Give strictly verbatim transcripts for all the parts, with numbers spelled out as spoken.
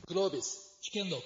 グロービス危険録。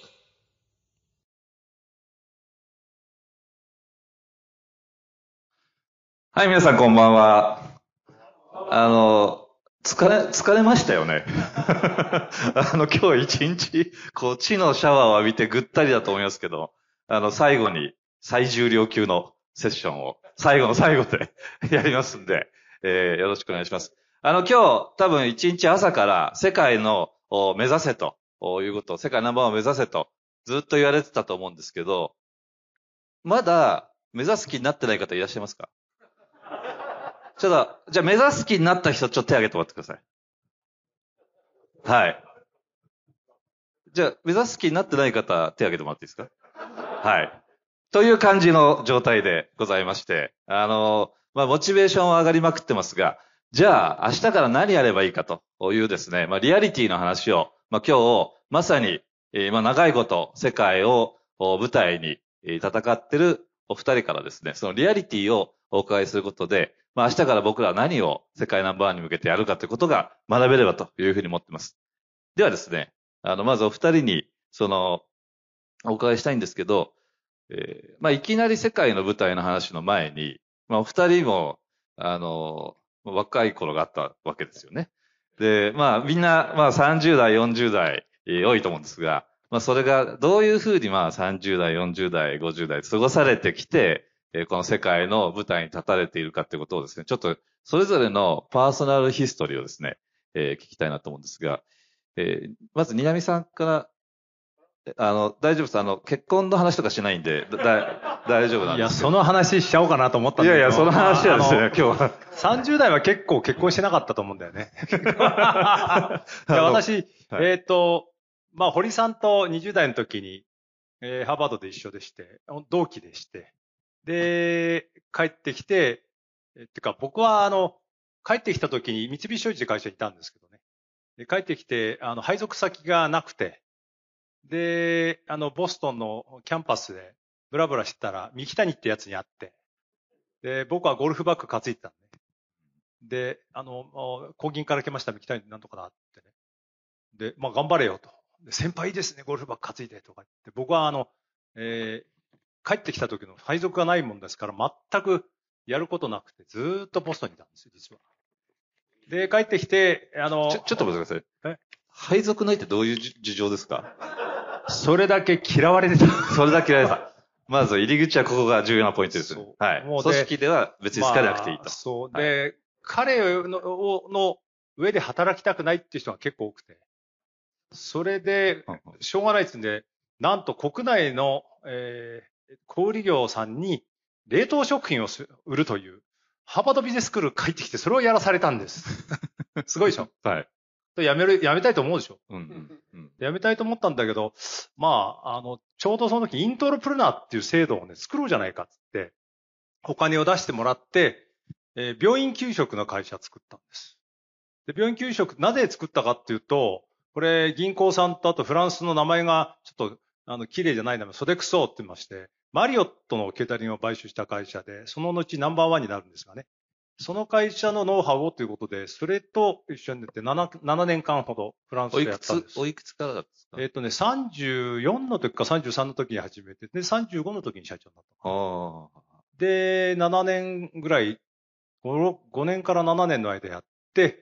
はい、皆さんこんばんは。あの、疲れ、疲れましたよね。あの、今日一日、こう、地のシャワーを浴びてぐったりだと思いますけど、あの、最後に最重量級のセッションを、最後の最後でやりますんで、えー、よろしくお願いします。あの、今日、多分一日朝から世界のを目指せということを、世界ナンバーワンを目指せと、ずっと言われてたと思うんですけど、まだ目指す気になってない方いらっしゃいますか？ちょっと、じゃあ目指す気になった人、ちょっと手挙げてもらってください。はい。じゃあ、目指す気になってない方、手挙げてもらっていいですか？はい。という感じの状態でございまして、あの、まあ、モチベーションは上がりまくってますが、じゃあ、明日から何やればいいかというですね、まあ、リアリティの話を、まあ、今日、まさに、えー、まあ、長いこと、世界を舞台に戦ってるお二人からですね、そのリアリティをお伺いすることで、まあ、明日から僕らは何を世界ナンバーワンに向けてやるかということが学べればというふうに思っています。ではですね、あの、まずお二人に、その、お伺いしたいんですけど、えー、まあ、いきなり世界の舞台の話の前に、まあ、お二人も、あの、若い頃があったわけですよね。で、まあ、みんな、まあ、さんじゅう代、よんじゅう代、えー、多いと思うんですが、まあ、それがどういうふうに、まあ、さんじゅう代、よんじゅう代、ごじゅう代過ごされてきて、えー、この世界の舞台に立たれているかということをですね、ちょっと、それぞれのパーソナルヒストリーをですね、えー、聞きたいなと思うんですが、えー、まず、南さんから、あの、大丈夫です。あの、結婚の話とかしないんで、だ、だ大丈夫なんですけど。 いや、その話しちゃおうかなと思ったんだけど。 いやいや、その話はですね、まあ、今日は。 さんじゅう代は結構結婚してなかったと思うんだよね。いや、私、はい、えっ、ー、と、まあ、堀さんとにじゅう代の時に、えー、ハーバードで一緒でして、同期でして、で、帰ってきて、えってか、僕は、あの、帰ってきた時に三菱商事で会社にいたんですけどね。で帰ってきて、あの、配属先がなくて、で、あの、ボストンのキャンパスでブラブラしてたら、三木谷ってやつに会って、で、僕はゴルフバッグ担いでたんで、で、あの、後銀から来ました三木谷なんとかだってね。で、まあ頑張れよと。で先輩いいですね、ゴルフバッグ担いでとか言って、僕はあの、えー、帰ってきた時の配属がないもんですから、全くやることなくて、ずーっとボストンにいたんですよ、実は。で、帰ってきて、あの、 ちょ、ちょっと待ってください。え配属ないってどういう事情ですか？ それだけ嫌われてた。 それだけ嫌われてた。まず入り口はここが重要なポイントですね。はい。もう組織では別に好かれなくていいと。まあ、 そう。で、はい、彼のの上で働きたくないっていう人が結構多くて。それで、しょうがないっつうんで、なんと国内の、えー、小売業さんに冷凍食品を売るという、ハーバードビジネススクール帰ってきて、それをやらされたんです。すごいでしょ？ はい。 やめる、やめたいと思うでしょ？ うんうんうん、 やめたいと思ったんだけど、まあ、あの、ちょうどその時イントロプルナーっていう制度をね、作ろうじゃないかっつって、お金を出してもらって、えー、病院給食の会社作ったんです。で、病院給食、なぜ作ったかっていうと、これ銀行さんとあとフランスの名前がちょっと、あの、綺麗じゃない名前、ソデクソーって言いまして、マリオットのケータリングを買収した会社で、その後ナンバーワンになるんですがね。その会社のノウハウをということで、それと一緒になって 7, 7年間ほどフランスでやったんです。 おいくつ、おいくつからだったんですか？ えっ、ー、とね、さんじゅうよんの時かさんじゅうさんの時に始めて、で、さんじゅうごの時に社長になったの。で、ななねんぐらい、5, ごねんからななねんの間やって、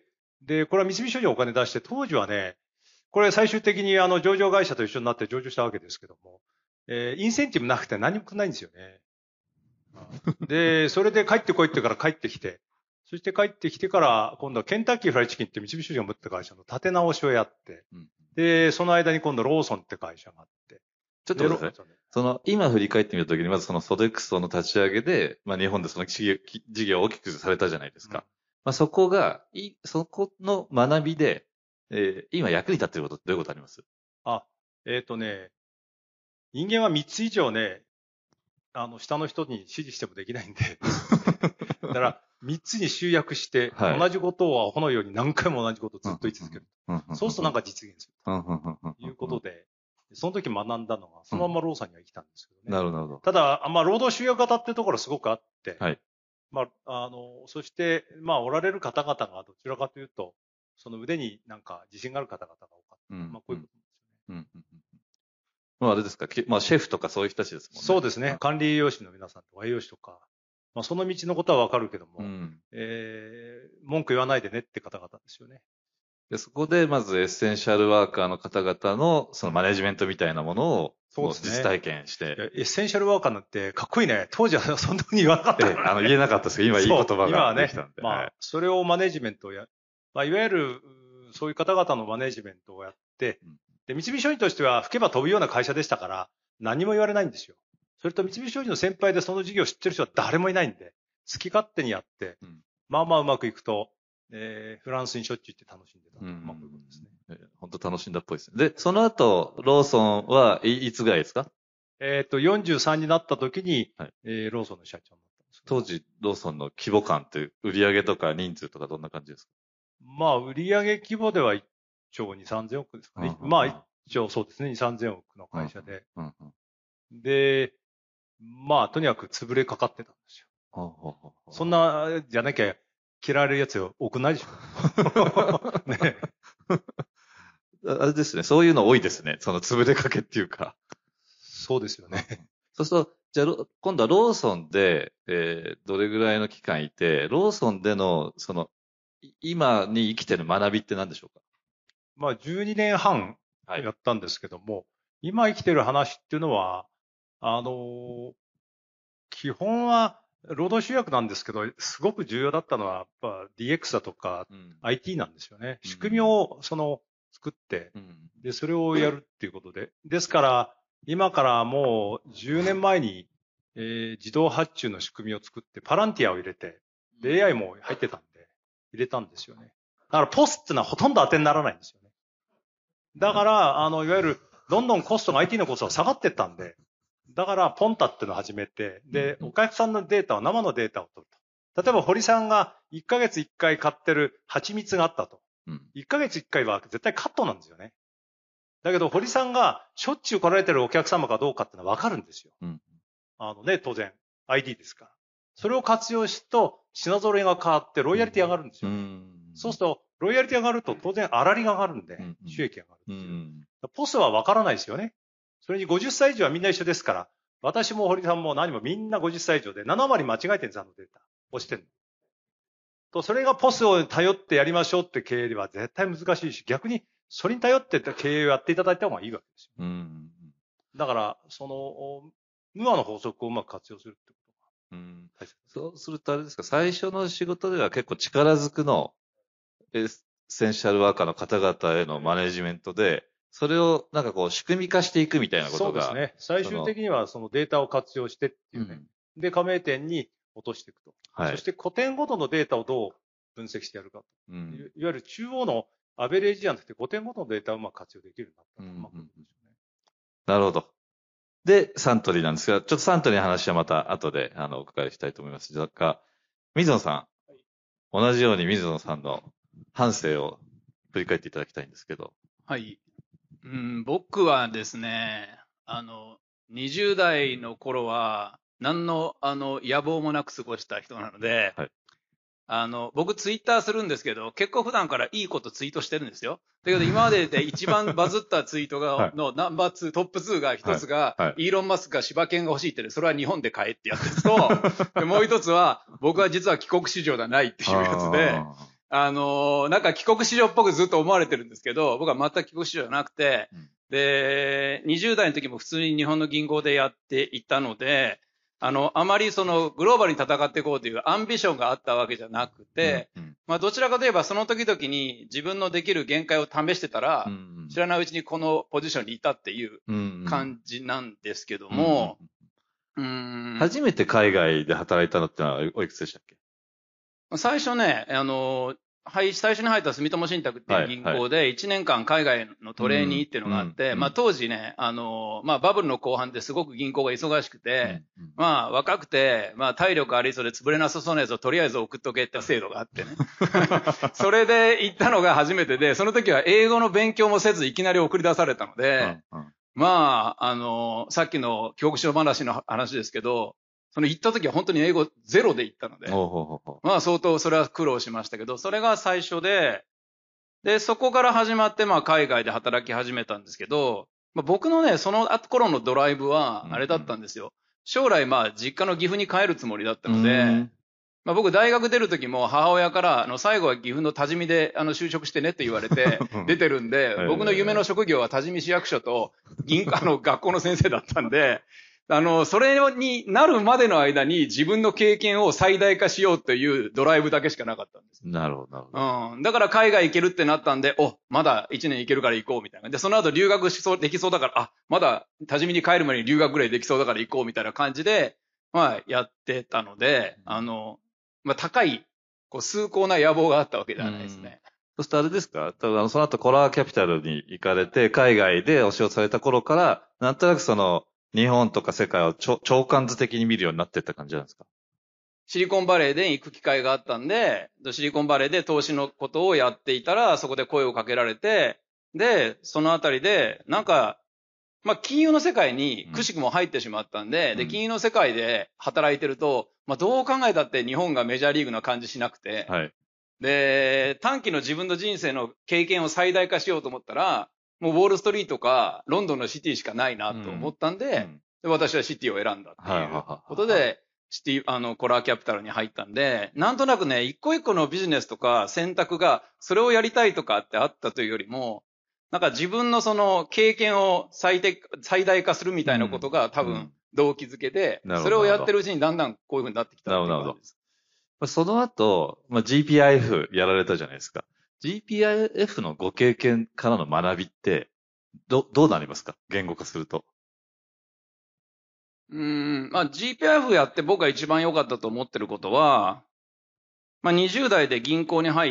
で、これは三菱商事お金出して、当時はね、これ最終的にあの上場会社と一緒になって上場したわけですけども、えー、インセンティブなくて何もないんですよね。で、それで帰ってこいってから帰ってきて、そして帰ってきてから、今度はケンタッキーフライチキンって三菱商事が持ってた会社の立て直しをやって、うん、で、その間に今度ローソンって会社があって、 ちょっと待ってください。その、今振り返ってみたときに、まずそのソデクソの立ち上げで、まあ日本でその事業、事業を大きくされたじゃないですか。うん、まあそこが、い、そこの学びで、えー、今役に立っていることってどういうことあります？ あ、えっ、ー、とね、人間はみっつ以上ね、あの、下の人に指示してもできないんで。だから、みっつに集約して、はい、同じことをアホのように何回も同じことをずっと言い続ける。そうするとなんか実現する。ということで、その時学んだのが、そのままローさんには来たんですけどね。 なるほど。 ただ、まあ、労働集約型っていうところすごくあって、 はい。 まあ、あの、そして、まあ、おられる方々がどちらかというと、その腕になんか自信がある方々が多かった。うん、まあ、こういうことですよね。うんまああれですか、まあシェフとかそういう人たちですもんね。 そうですね。管理栄養士の皆さんとか栄養士とか、まあその道のことはわかるけども、 うん、 えー、文句言わないでねって方々ですよね。 で、そこでまずエッセンシャルワーカーの方々のそのマネジメントみたいなものを、もう実体験して。 エッセンシャルワーカーなんてかっこいいね。当時はそんな風に言わなかったから、ね。 あの言えなかったですけど、今いい言葉ができたんで。 今はね、まあ、それをマネジメントをや、まあ、いわゆる、そういう方々のマネジメントをやって、で、三菱商事としては吹けば飛ぶような会社でしたから、何も言われないんですよ。それと三菱商事の先輩でその事業を知ってる人は誰もいないんで、好き勝手にやって、うん、まあまあうまくいくと、えー、フランスにしょっちゅう行って楽しんでた。うん、まあこういうことですね。 えー、本当楽しんだっぽいですね。で、その後、ローソンはいいつぐらいですか？ えっと、よんじゅうさんになった時に、はい、えー、ローソンの社長になったんです。 当時、ローソンの規模感って売上とか人数とかどんな感じですか？ まあ、売上規模ではいっちょうに、さんぜんおくですかね。まあ、いっちょうそうですね、に、さんぜんおくの会社で。うんうん、で、まあ、とにかく潰れかかってたんですよ。そんな、じゃなきゃ嫌われるやつ多くないでしょ。ね。 あれですね、そういうの多いですね。その潰れかけっていうか。 そうですよね。 そうすると、じゃあ、今度はローソンで、えー、どれぐらいの期間いて、ローソンでの、その、今に生きてる学びって何でしょうか？ まあ、じゅうにねんはんやったんですけども、はい、今生きてる話っていうのは、あの、基本は労働集約なんですけど、すごく重要だったのは、やっぱ ディーエックス だとか、うん、アイティー なんですよね。仕組みを、その、作って、うん、で、それをやるっていうことで。ですから、今からもうじゅうねんまえに、えー、自動発注の仕組みを作って、パランティアを入れて、で、エーアイ も入ってたんで、入れたんですよね。だから、ポスってのはほとんど当てにならないんですよね。だから、あの、いわゆる、どんどんコストが アイティー のコストが下がってったんで、だから、ポンタっていうのを始めて、で、お客さんのデータを、生のデータを取ると。例えば、堀さんがいっかげついっかい買ってる蜂蜜があったと。いっかげついっかいは絶対カットなんですよね。だけど、堀さんがしょっちゅう来られてるお客様かどうかっていうのは分かるんですよ。うん、あのね、当然、アイディー ですから。それを活用すると、品揃えが変わって、ロイヤリティ上がるんですよ。うん、そうすると、ロイヤリティ上がると、当然、粗利が上がるんで、収益が上がるっていう。うん、ポスは分からないですよね。それにごじゅっさい以上はみんな一緒ですから、私も堀さんも何もみんなごじゅっさい以上で、ななわり間違えてるんです、あのデータ。押してるの。と、それがポスを頼ってやりましょうって経営では絶対難しいし、逆にそれに頼って経営をやっていただいた方がいいわけですよ。うん、だから、その、ムーアの法則をうまく活用するってことが、うん、 そうするとあれですか、最初の仕事では結構力ずくのエッセンシャルワーカーの方々へのマネジメントで、それをなんかこう仕組み化していくみたいなことが。 そうですね。最終的にはそのデータを活用してっていうね。うん、で、加盟店に落としていくと。はい、そして個店ごとのデータをどう分析してやるかと。うん、いわゆる中央のアベレージじゃなくて個店ごとのデータをうまく活用できるようになったと。うんうん、 なるほど。で、サントリーなんですが、ちょっとサントリーの話はまた後であのお伺いしたいと思いますが、水野さん、はい、同じように水野さんの半生を振り返っていただきたいんですけど。 はい。うん、僕はですね、あの、にじゅう代の頃は、何の、あの、野望もなく過ごした人なので、はい、あの、僕ツイッターするんですけど、結構普段からいいことツイートしてるんですよ。だけど今までで一番バズったツイートが、のナンバーツー、トップツーが一つが、はいはい、イーロン・マスクが柴犬が欲しいって、それは日本で買えってやつと、でもう一つは、僕は実は帰国子女ではないっていうやつで、あのー、なんか帰国子女っぽくずっと思われてるんですけど、僕は全く帰国子女じゃなくて、うん、で、にじゅう代の時も普通に日本の銀行でやっていたので、あの、あまりそのグローバルに戦っていこうというアンビションがあったわけじゃなくて、うんうん、まあどちらかといえばその時々に自分のできる限界を試してたら、うんうん、知らないうちにこのポジションにいたっていう感じなんですけども、 うんうんうん、初めて海外で働いたのってのはおいくつでしたっけ？ 最初ね、あの、はい、最初に入った住友信託っていう銀行でいちねんかん海外のトレーニーっていうのがあって、まあ当時ね、あの、まあバブルの後半ですごく銀行が忙しくて、まあ若くて、まあ体力ありそうで潰れなさそうなやつをとりあえず送っとけって制度があってね。それで行ったのが初めてで、その時は英語の勉強もせずいきなり送り出されたので、まあ、あの、さっきの教科書話の話ですけど、その行った時は本当に英語ゼロで行ったので、まあ相当それは苦労しましたけど、それが最初で、で、そこから始まってまあ海外で働き始めたんですけど、 まあ、僕のね、その頃のドライブは、あれだったんですよ。うんうん、将来、まあ、実家の岐阜に帰るつもりだったので、まあ、僕、大学出る時も母親から、あの、最後は岐阜の多治見で、あの、就職してねって言われて、出てるんで、僕の夢の職業は多治見市役所と、銀行、あの、学校の先生だったんで、あの、それになるまでの間に自分の経験を最大化しようというドライブだけしかなかったんです。 なるほど、なるほど。うん。だから海外行けるってなったんで、お、まだ一年行けるから行こうみたいな。で、その後留学しそう、できそうだから、あ、まだ多治見に帰る前に留学ぐらいできそうだから行こうみたいな感じで、まあ、やってたので、あの、まあ、高い、こう、崇高な野望があったわけではないですね。 そしてあれですか、多分その後コラーキャピタルに行かれて、海外でお仕事された頃から、なんとなくその、日本とか世界を長官図的に見るようになっていった感じなんですか？ シリコンバレーで行く機会があったんで、シリコンバレーで投資のことをやっていたら、そこで声をかけられて、で、そのあたりで、なんか、まあ、金融の世界にくしくも入ってしまったんで、うん、で、金融の世界で働いてると、まあ、どう考えたって日本がメジャーリーグな感じしなくて、はい、で、短期の自分の人生の経験を最大化しようと思ったら、もうウォールストリートかロンドンのシティしかないなと思ったんで、うんうん、で私はシティを選んだっていうことで、シティ、あの、コラーキャピタルに入ったんで、なんとなくね、一個一個のビジネスとか選択が、それをやりたいとかってあったというよりも、なんか自分のその経験を最適最大化するみたいなことが多分動機づけで、うんうん、それをやってるうちにだんだんこういう風になってきたっていう感じです。 その後、まあ、ジーピーアイエフ やられたじゃないですか。ジーピーアイエフ のご経験からの学びって、ど、どうなりますか？言語化すると。 うーん、まあ ジーピーアイエフ やって僕が一番良かったと思ってることは、まあにじゅう代で銀行に入って、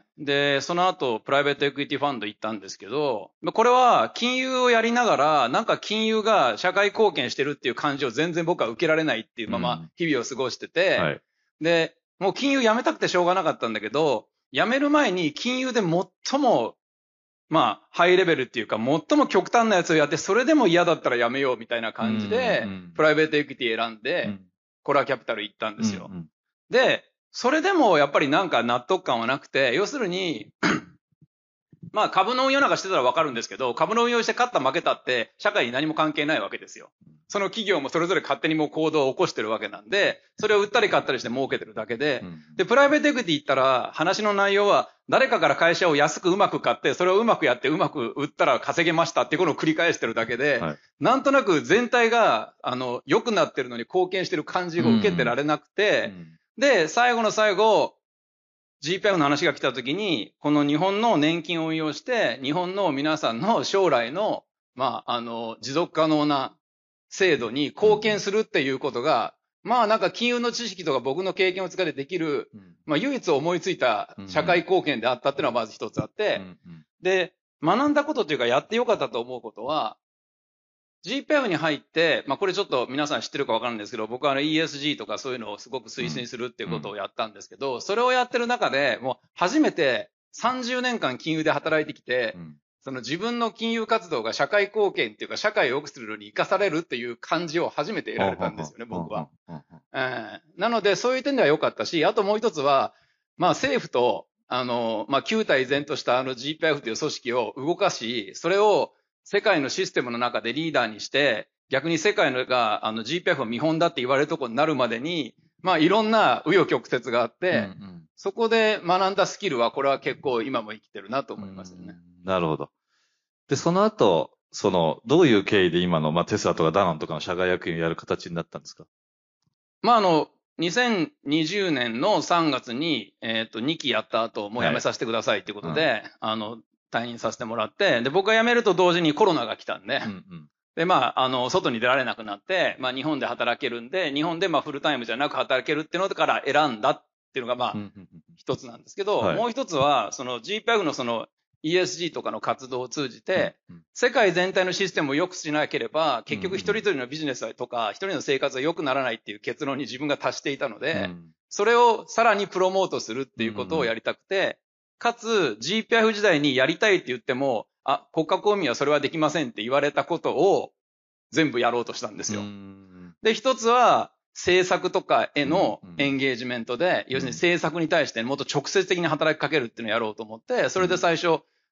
で、その後プライベートエクイティファンド行ったんですけど、これは金融をやりながら、なんか金融が社会貢献してるっていう感じを全然僕は受けられないっていうまま日々を過ごしてて、うんはい、で、もう金融辞めたくてしょうがなかったんだけど、辞める前に金融で最も、まあ、ハイレベルっていうか、最も極端なやつをやって、それでも嫌だったら辞めようみたいな感じで、うんうん、プライベートエクイティ選んで、うん、コラーキャピタル行ったんですよ。うんうん、で、それでもやっぱりなんか納得感はなくて、要するに、まあ株の運用なんかしてたらわかるんですけど、株の運用して勝った負けたって社会に何も関係ないわけですよ。その企業もそれぞれ勝手にもう行動を起こしてるわけなんで、それを売ったり買ったりして儲けてるだけで、で、プライベートエクイティ行ったら話の内容は誰かから会社を安くうまく買って、それをうまくやってうまく売ったら稼げましたっていうことを繰り返してるだけで、はい、なんとなく全体が、あの、良くなってるのに貢献してる感じを受けてられなくて、うんうんで、最後の最後、ジーピーアイエフ の話が来た時に、この日本の年金を運用して、日本の皆さんの将来の、まあ、あの、持続可能な制度に貢献するっていうことが、うん、まあなんか金融の知識とか僕の経験を使ってできる、うん、まあ唯一思いついた社会貢献であったっていうのはまず一つあって、うんうん、で、学んだことというかやってよかったと思うことは、ジーピーアイエフ に入って、まあこれちょっと皆さん知ってるかわかるんですけど、僕はあの イーエスジー とかそういうのをすごく推進するっていうことをやったんですけど、うんうん、それをやってる中で、もう初めてさんじゅうねんかん金融で働いてきて、うん、その自分の金融活動が社会貢献っていうか社会を良くするのに生かされるっていう感じを初めて得られたんですよね、僕は。えー、なのでそういう点では良かったし、あともう一つは、まあ政府と、あの、まあ旧体依然としたあの ジーピーアイエフ という組織を動かし、それを世界のシステムの中でリーダーにして、逆に世界のが、あの ジーピーアイエフ を見本だって言われるところになるまでに、まあいろんな紆余曲折があって、うんうん、そこで学んだスキルは、これは結構今も生きてるなと思いますよね。 なるほど。で、その後、その、どういう経緯で今の、まあテスラとかダノンとかの社外役員をやる形になったんですか？ まああの、にせんにじゅうねんのさんがつに、えっと、にきやった後、もう辞めさせてくださいっていうことで、はいうん、あの、退任させてもらって、で、僕が辞めると同時にコロナが来たんで、うんうん、で、まあ、あの、外に出られなくなって、まあ、日本で働けるんで、日本でまあ、フルタイムじゃなく働けるっていうのから選んだっていうのが、まあ、一つなんですけど、はい、もう一つは、その ジーピーアイエフ のその イーエスジー とかの活動を通じて、うんうん、世界全体のシステムを良くしなければ、結局一人一人のビジネスとか、一人の生活は良くならないっていう結論に自分が達していたので、うん、それをさらにプロモートするっていうことをやりたくて、かつ ジーピーアイエフ 時代にやりたいって言っても、あ、国家公務員はそれはできませんって言われたことを全部やろうとしたんですよ。で、一つは政策とかへのエンゲージメントで、要するに政策に対してもっと直接的に働きかけるっていうのをやろうと思って、それで最初、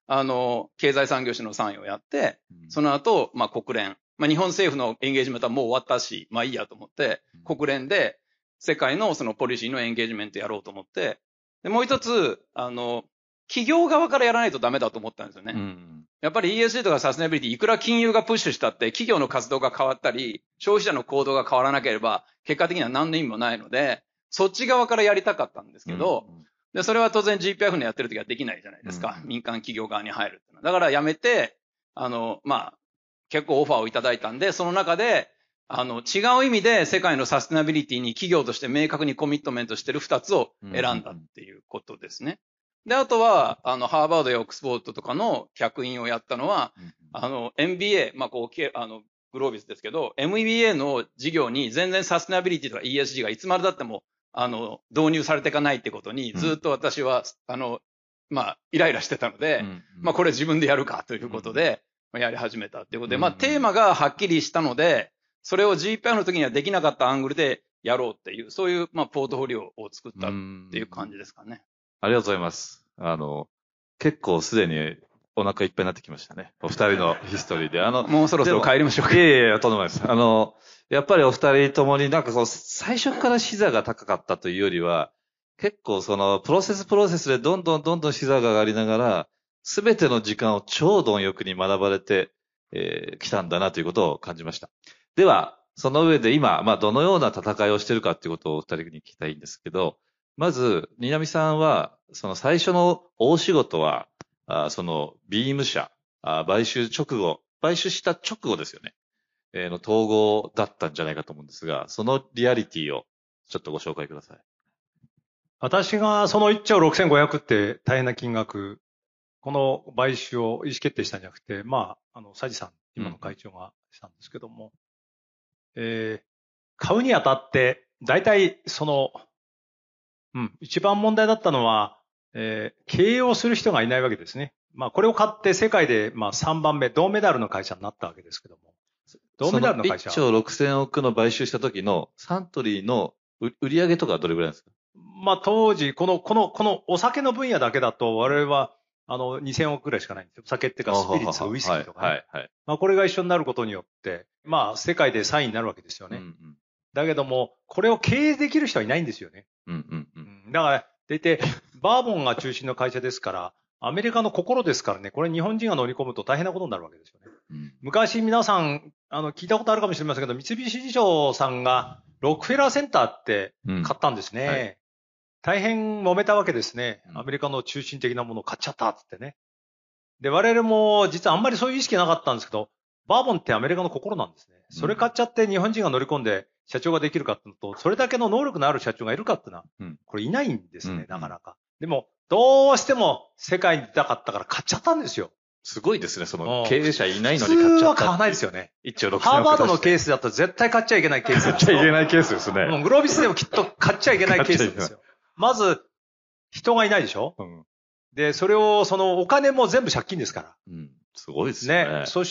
あの、経済産業省の参与をやって、その後、まあ国連、まあ日本政府のエンゲージメントはもう終わったし、まあいいやと思って、国連で世界のそのポリシーのエンゲージメントやろうと思って、で、もう一つ、あの、企業側からやらないとダメだと思ったんですよね。うん、やっぱり イーエスジー とかサステナビリティ、いくら金融がプッシュしたって企業の活動が変わったり、消費者の行動が変わらなければ、結果的には何の意味もないので、そっち側からやりたかったんですけど、うん、で、それは当然 ジーピーアイエフ のやってる時はできないじゃないですか。うん、民間企業側に入るっていうのは。だからやめて、あの、まあ、結構オファーをいただいたんで、その中で、あの、違う意味で世界のサステナビリティに企業として明確にコミットメントしてる二つを選んだっていうことですね。で、あとは、あの、ハーバードやオックスフォードとかの客員をやったのは、あの、エムビーエー、まあ、こう、あの、グロービスですけど、エムビーエー の事業に全然サステナビリティとか イーエスジー がいつまでだっても、あの、導入されていかないってことに、ずっと私は、あの、まあ、イライラしてたので、まあ、これ自分でやるかということで、やり始めたっていうことで、まあ、テーマがはっきりしたので、それを ジーピーアイエフ の時にはできなかったアングルでやろうっていう、そういう、まあ、ポートフォリオを作ったっていう感じですかね。 ありがとうございます。あの、結構すでにお腹いっぱいになってきましたね。お二人のヒストリーで。あの、 もうそろそろ帰りましょうか。 いやいやいや、とんでもないです。あの、やっぱりお二人ともになんかこう、最初から視座が高かったというよりは、結構その、プロセスプロセスでどんどんどんどん視座が上がりながら、すべての時間を超貪欲に学ばれて、えー、来たんだなということを感じました。では、その上で今、まあ、どのような戦いをしているかということをお二人に聞きたいんですけど、まず、新浪さんは、その最初の大仕事は、あその、ビーム社、あ買収直後、買収した直後ですよね。えー、の統合だったんじゃないかと思うんですが、そのリアリティをちょっとご紹介ください。 私がそのいっちょうろくせんごひゃくって大変な金額、この買収を意思決定したんじゃなくて、まあ、あの、佐治さん、今の会長がしたんですけども、うん、えー、買うにあたって、大体その、うん、一番問題だったのは、えー、経営をする人がいないわけですね。まあ、これを買って世界で、まあ、さんばんめ、銅メダルの会社になったわけですけども。銅メダルの会社。 いっちょうろくせんおくの買収した時のサントリーの売り上げとかはどれぐらいですか？ まあ、当時、この、この、このお酒の分野だけだと、我々は、あの、にせんおくぐらいしかないんですよ。お酒っていうか、スピリッツ、ウイスキーとか、ね。はい、はい。まあ、これが一緒になることによって、まあ、世界でさんいになるわけですよね。うんうん、だけども、これを経営できる人はいないんですよね。うんうんうん、だから、でいて、バーボンが中心の会社ですから、アメリカの心ですからね、これ日本人が乗り込むと大変なことになるわけですよね。うん、昔皆さん、あの、聞いたことあるかもしれませんけど、三菱地所さんがロックフェラーセンターって買ったんですね。うんはい、大変揉めたわけですね。アメリカの中心的なものを買っちゃったっつってね。で、我々も実はあんまりそういう意識なかったんですけど、バーボンってアメリカの心なんですね。それ買っちゃって日本人が乗り込んで社長ができるかっていうのと、それだけの能力のある社長がいるかっていうのは、これいないんですね、なかなか。でも、どうしても世界に出たかったから買っちゃったんですよ。 すごいですね、その経営者いないのに買っちゃった。 普通は買わないですよね。 一応ろくせんおく。 ハーバードのケースだと絶対買っちゃいけないケースですよ。 買っちゃいけないケースですね。 もうグロービスでもきっと買っちゃいけないケースですよ。まず、人がいないでしょ、うん、で、それを、そのお金も全部借金ですから。 うん、すごいですね。ね。 そして、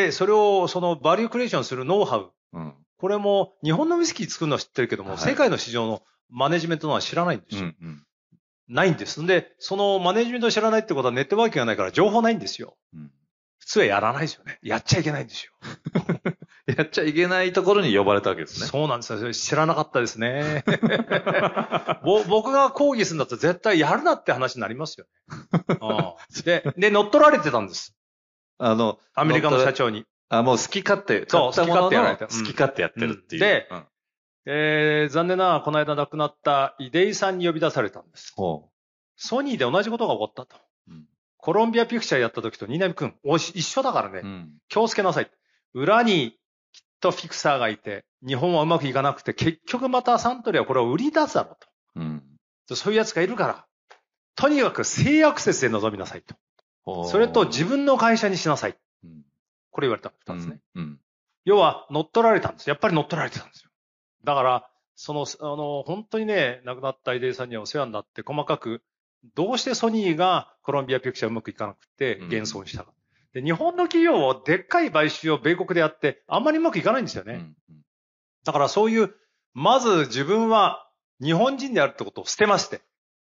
それを、そのバリュークリエーションするノウハウ。うん、これも、日本のウイスキー作るのは知ってるけども、はい、世界の市場のマネジメントのは知らないんですよ。うんうん、ないんです。で、そのマネジメントを知らないってことはネットワーキングがないから情報ないんですよ。うん、普通はやらないですよね。やっちゃいけないんですよ。 やっちゃいけないところに呼ばれたわけですね。 そうなんですよ。知らなかったですね。僕が抗議するんだったら絶対やるなって話になりますよね。ああで、で、乗っ取られてたんです。あの、アメリカの社長に。 あ、もう好き勝手。 そう、好き勝手やられた。 好き勝手やってるっていう。 で、うんえー、残念ながらこの間亡くなった出井さんに呼び出されたんです。ソニーで同じことが起こったと。うん、コロンビアピクチャーやった時と新浪くん、一緒だからね、うん、気をつけなさい。裏にきっとフィクサーがいて、日本はうまくいかなくて、結局またサントリーはこれを売り出すだろうと。うん、そういう奴がいるから、とにかく性アクセスで臨みなさいと。それと自分の会社にしなさい。うん、これ言われた二つね、うんうん。要は乗っ取られたんです。やっぱり乗っ取られてたんですよ。だから、その、あの、本当にね、亡くなった出井さんにはお世話になって、細かく、どうしてソニーがコロンビアピクチャーうまくいかなくて、減損したか。うん、で、日本の企業をでっかい買収を米国でやって、あんまりうまくいかないんですよね。うん、だからそういう、まず自分は日本人であるってことを捨てまして、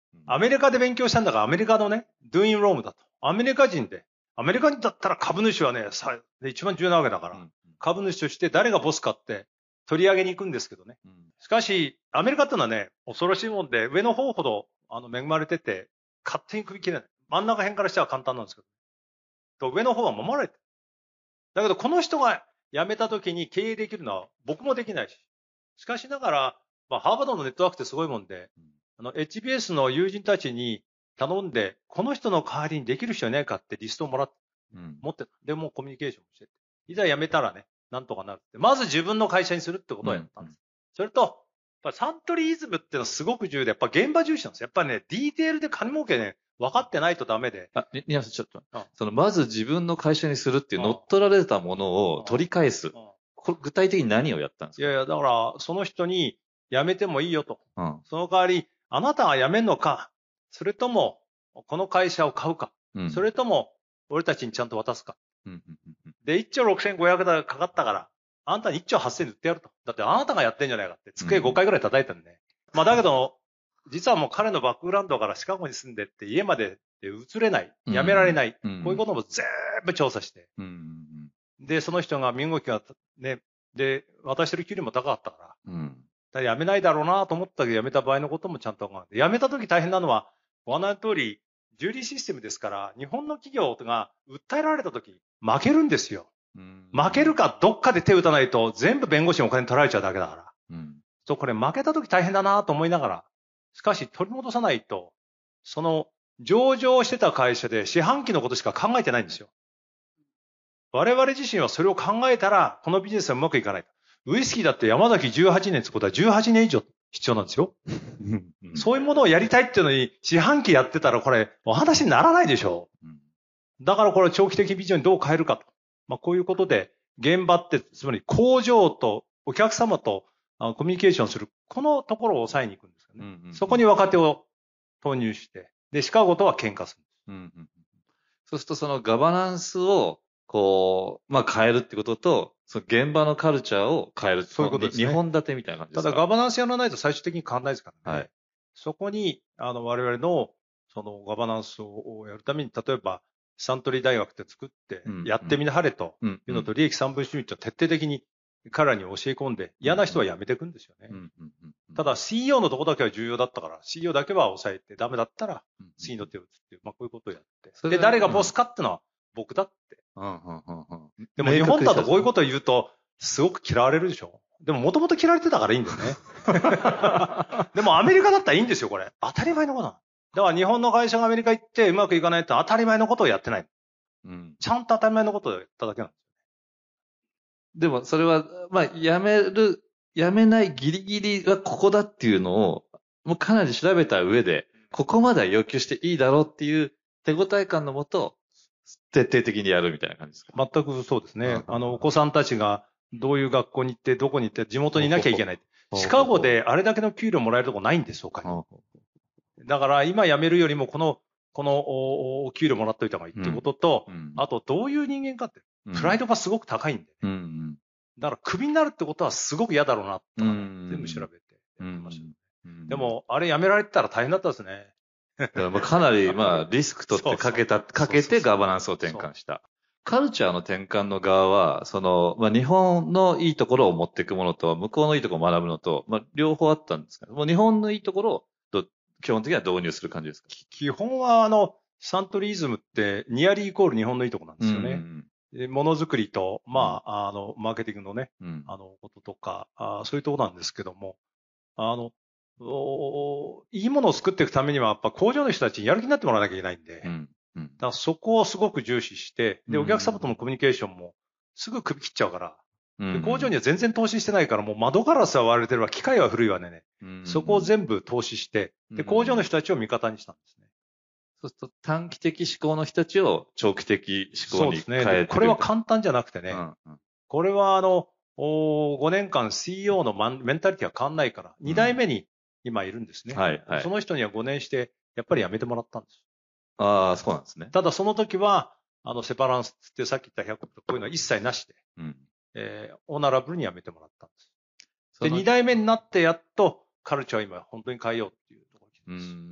アメリカで勉強したんだからアメリカのね、doing wrong だと。アメリカ人で、アメリカ人だったら株主はね、さ一番重要なわけだから、うん、株主として誰がボスかって取り上げに行くんですけどね。うん、しかし、アメリカってのはね、恐ろしいもんで、上の方ほどあの恵まれてて、勝手に首切れない。真ん中辺からしては簡単なんですけど。と上の方は守られてる。だけど、この人が辞めた時に経営できるのは僕もできないし。しかしながら、まあ、ハーバードのネットワークってすごいもんで、うん、あの、エイチビーエス の友人たちに頼んで、この人の代わりにできる人いないかってリストをもらって、うん、持ってた。で、もうコミュニケーションもしてて。いざ辞めたらね、なんとかなるって。まず自分の会社にするってことをやったんです。うん、それと、やっぱサントリーイズムっていうのはすごく重要で、やっぱ現場重視なんですよ。やっぱりね、ディテールで金儲けね、分かってないとダメで。 あ、に、にやさんちょっと。うん、その、まず自分の会社にするっていう乗っ取られたものを取り返す。うんうん、これ具体的に何をやったんですか？ いやいや、だから、その人に辞めてもいいよと。うん、その代わり、あなたが辞めんのか、それとも、この会社を買うか、うん、それとも、俺たちにちゃんと渡すか。うんうんうん、で、いっちょうろくせんごひゃくだかかったから、あんたにいっちょうはっせんで売ってやると。だってあなたがやってんじゃないかって、机ごかいぐらい叩いたんでね。うん、まあだけど、実はもう彼のバックグラウンドからシカゴに住んでって家まで移れない、辞められない、うんうん、こういうことも全部調査して、うんうん、で、その人が身動きがね、で、渡してる給料も高かったから、うん、だから辞めないだろうなと思ったけど辞めた場合のこともちゃんと考えて、辞めた時大変なのは、ご案内の通り、ジュリーシステムですから、日本の企業が訴えられた時、負けるんですよ。うん、負けるかどっかで手を打たないと全部弁護士にお金取られちゃうだけだから。うん、とこれ負けた時大変だなと思いながら、しかし取り戻さないと、その上場してた会社で四半期のことしか考えてないんですよ。我々自身はそれを考えたら、このビジネスはうまくいかない。ウイスキーだって山崎じゅうはちねんってことはじゅうはちねん以上必要なんですよ。そういうものをやりたいっていうのに四半期やってたらこれお話にならないでしょう。だからこれ長期的ビジョンにどう変えるかと。まあこういうことで現場って、つまり工場とお客様とコミュニケーションする、このところを抑えに行くんですよね。うんうんうん、そこに若手を投入して、で、シカゴとは喧嘩するんです。うんうん、 そうするとそのガバナンスをこう、まあ変えるってことと、その現場のカルチャーを変える。 そういうことですね。 にほん立てみたいな感じですか？ ただガバナンスやらないと最終的に変わらないですからね。はい。そこに、あの、我々の、そのガバナンスをやるために、例えば、サントリー大学って作って、やってみなはれというのと、利益三分主義と徹底的に彼らに教え込んで、嫌な人は辞めていくんですよね。ただ シーイーオー のとこだけは重要だったから、シーイーオー だけは抑えて、ダメだったら次の手を打つっていう、まあこういうことをやって。で、誰がボスかってのは僕だって。でも日本だとこういうことを言うと、すごく嫌われるでしょ。でももともと嫌われてたからいいんだよね。でもアメリカだったらいいんですよ、これ。当たり前のことなの。だから日本の会社がアメリカ行ってうまくいかないと当たり前のことをやってない。うん、ちゃんと当たり前のことをやっただけなんですよ。 でもそれは、まあ、やめる、やめないギリギリはここだっていうのを、もうかなり調べた上で、ここまでは要求していいだろうっていう手応え感のもと、徹底的にやるみたいな感じですか？ 全くそうですね。あの、お子さんたちがどういう学校に行って、どこに行って、地元にいなきゃいけない。シカゴであれだけの給料もらえるとこないんです、他に。だから今辞めるよりも、この、このお給料もらっといた方がいいってことと、うんうん、あとどういう人間かって、プライドがすごく高いんで、うんうん、だからクビになるってことはすごく嫌だろうなとか、ね、うんうん、全部調べてやってました、ねうんうん。でも、あれ辞められてたら大変だったですね。 だからかなり、まあ、リスク取ってかけた、かけてガバナンスを転換した。カルチャーの転換の側は、その、まあ、日本のいいところを持っていくものと、向こうのいいところを学ぶのと、まあ、両方あったんですけど、もう日本のいいところを、基本的には導入する感じですか？ 基本は、あの、サントリーイズムって、ニアリーイコール日本のいいところなんですよね。うんうん、でものづくりと、まあ、あの、マーケティングのね、うん、あの、こととかあ、そういうところなんですけども、あの、いいものを作っていくためには、やっぱ工場の人たちにやる気になってもらわなきゃいけないんで、うんうん、だからそこをすごく重視して、で、お客様とのコミュニケーションもすぐ首切っちゃうから、で工場には全然投資してないから、もう窓ガラスは割れてるわ、機械は古いわね、うん、そこを全部投資して、で、工場の人たちを味方にしたんですね。 そうすると短期的思考の人たちを長期的思考に変えてそうですね。これは簡単じゃなくてね、うんうん、これはあの、ごねんかん シーイーオー のメンタリティは変わんないから、に代目に今いるんですね。はいはい。その人にはごねんして、やっぱり辞めてもらったんです。 ああ、そうなんですね。 ただその時は、あの、セパランスってさっき言ったひゃくこういうのは一切なしで、うんえー、オーナラブルに辞めてもらったんです。で、に代目になってやっとカルチャーを今本当に変えようっていうところです。うん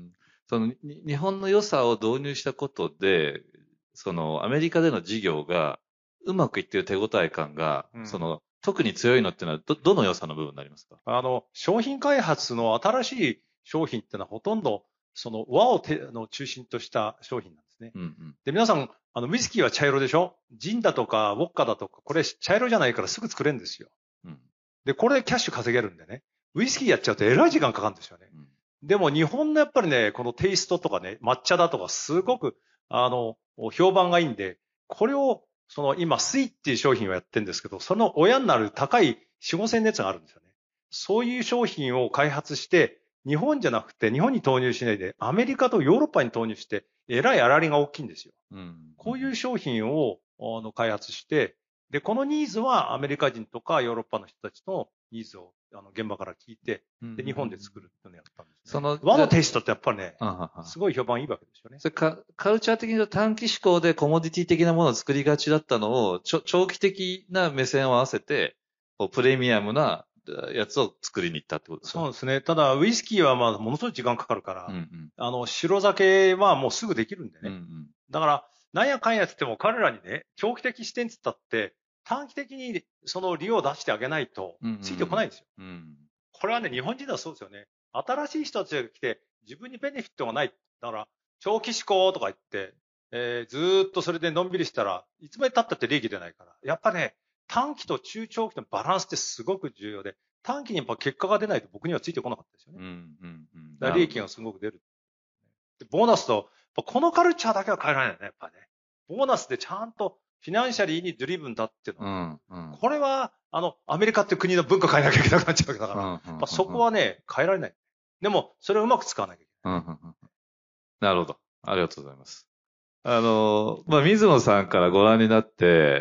その日本の良さを導入したことで、そのアメリカでの事業がうまくいっている手応え感が、うん、その特に強いのっていうのはど、どの良さの部分になりますか？ あの、商品開発の新しい商品っていうのはほとんど、その和をての中心とした商品なんですね。うんうん、で、皆さん、あの、ウイスキーは茶色でしょ？ジンだとか、ウォッカだとか、これ茶色じゃないからすぐ作れるんですよ。うん、で、これでキャッシュ稼げるんでね。ウイスキーやっちゃうとえらい時間かかるんですよね。うん、でも日本のやっぱりね、このテイストとかね、抹茶だとかすごく、あの、評判がいいんで、これを、その今、スイっていう商品をやってるんですけど、その親になる高いよん、ごせん熱があるんですよね。そういう商品を開発して、日本じゃなくて日本に投入しないで、アメリカとヨーロッパに投入して、えらい粗利が大きいんですよ。うん、こういう商品をあの開発して、で、このニーズはアメリカ人とかヨーロッパの人たちのニーズをあの現場から聞いて、で、日本で作るっていうのをやったんです、ね。その和のテイストってやっぱりね、すごい評判いいわけですよね。 それか、カルチャー的に短期思考でコモディティ的なものを作りがちだったのを、ちょ長期的な目線を合わせて、こうプレミアムなやつを作りに行ったってことですか？ そうですね。ただ、ウイスキーはまあ、ものすごい時間かかるから、うんうん、あの、白酒はもうすぐできるんでね。うんうん、だから、なんやかんやって言っても彼らにね、長期的視点って言ったって、短期的にその利を出してあげないと、ついてこないんですよ。うんうん、これはね、日本人はそうですよね。新しい人たちが来て、自分にベネフィットがない。だから、長期志向とか言って、えー、ずーっとそれでのんびりしたらいつまで経ったって利益出ないから。やっぱね、短期と中長期のバランスってすごく重要で、短期にやっぱ結果が出ないと僕にはついてこなかったですよね。うんうんうん、だから利益がすごく出る。でボーナスと、このカルチャーだけは変えられないね、やっぱね。ボーナスでちゃんとフィナンシャリーにドリブンだっていうのは、うんうん、これは、あの、アメリカって国の文化変えなきゃいけなくなっちゃうわけだから、うんうんうんうん、そこはね、変えられない。でも、それをうまく使わなきゃいけない。うんうんうん、 なるほど。ありがとうございます。あの、まあ、水野さんからご覧になって、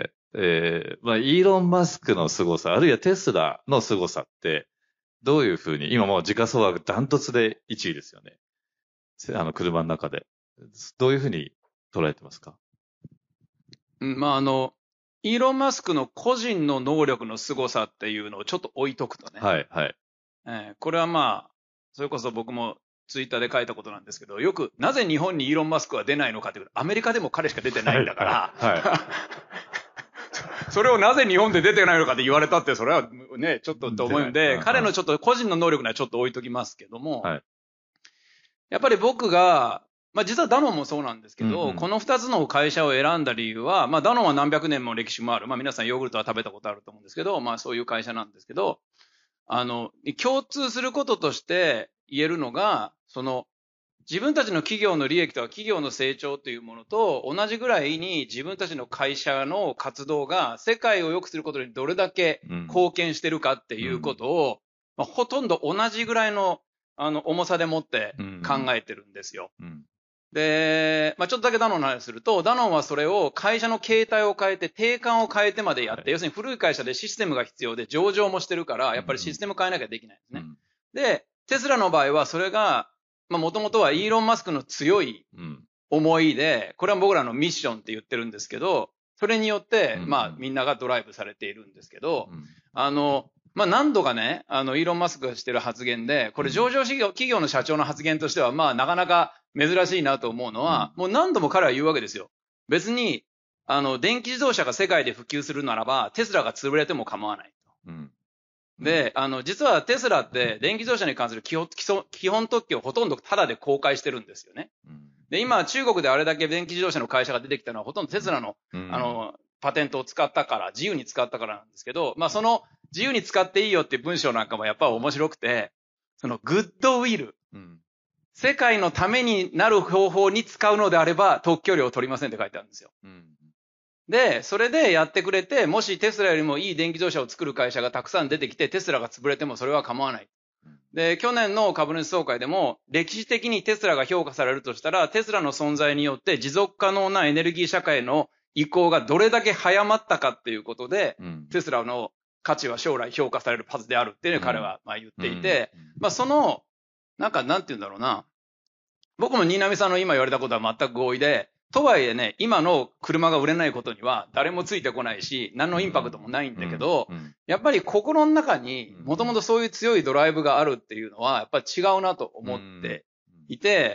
えー、まあ、イーロン・マスクの凄さ、あるいはテスラの凄さって、どういうふうに、今もう時価総額ダントツでいちいですよね。あの、車の中で。どういうふうに捉えてますか？ うん、まあ、あの、イーロン・マスクの個人の能力の凄さっていうのをちょっと置いとくとね。 はい、はい。 えー、これはまあ、それこそ僕もツイッターで書いたことなんですけど、よく、なぜ日本にイーロン・マスクは出ないのかっていうと、アメリカでも彼しか出てないんだから、はいはいはいそれをなぜ日本で出てないのかって言われたって、それはね、ちょっとと思うんで、彼のちょっと個人の能力にはちょっと置いときますけども、はい、やっぱり僕が、まあ実はダノンもそうなんですけど、うんうん、この二つの会社を選んだ理由は、まあダノンは何百年も歴史もある。まあ皆さんヨーグルトは食べたことあると思うんですけど、まあそういう会社なんですけど、あの、共通することとして言えるのが、その、自分たちの企業の利益とか企業の成長というものと同じぐらいに自分たちの会社の活動が世界を良くすることにどれだけ貢献してるかっていうことを、うんまあ、ほとんど同じぐらいのあの重さでもって考えてるんですよ。うんうん、で、まあ、ちょっとだけダノンの話すると、ダノンはそれを会社の形態を変えて定款を変えてまでやって、はい、要するに古い会社でシステムが必要で上場もしてるから、やっぱりシステム変えなきゃできないんですね。うん、で、テスラの場合はそれがまあ、もともとはイーロン・マスクの強い思いで、これは僕らのミッションって言ってるんですけど、それによって、まあ、みんながドライブされているんですけど、あの、まあ、何度かね、あの、イーロン・マスクがしてる発言で、これ上場企業、企業の社長の発言としては、まあ、なかなか珍しいなと思うのは、もう何度も彼は言うわけですよ。別に、あの、電気自動車が世界で普及するならば、テスラが潰れても構わない。うんで、あの、実はテスラって電気自動車に関する基本、基本特許をほとんどタダで公開してるんですよね。で、今中国であれだけ電気自動車の会社が出てきたのはほとんどテスラの、あの、パテントを使ったから、自由に使ったからなんですけど、まあその自由に使っていいよっていう文章なんかもやっぱ面白くて、そのグッドウィル。世界のためになる方法に使うのであれば特許料を取りませんって書いてあるんですよ。で、それでやってくれて、もしテスラよりもいい電気自動車を作る会社がたくさん出てきて、テスラが潰れてもそれは構わない。で、去年の株主総会でも、歴史的にテスラが評価されるとしたら、テスラの存在によって持続可能なエネルギー社会の移行がどれだけ早まったかっていうことで、うん、テスラの価値は将来評価されるはずであるっていうのを彼はまあ言っていて、うんうん、まあその、なんかなんて言うんだろうな。僕も新浪さんの今言われたことは全く合意で、とはいえね、今の車が売れないことには誰もついてこないし、何のインパクトもないんだけど、うんうん、やっぱり心の中にもともとそういう強いドライブがあるっていうのは、やっぱり違うなと思っていて、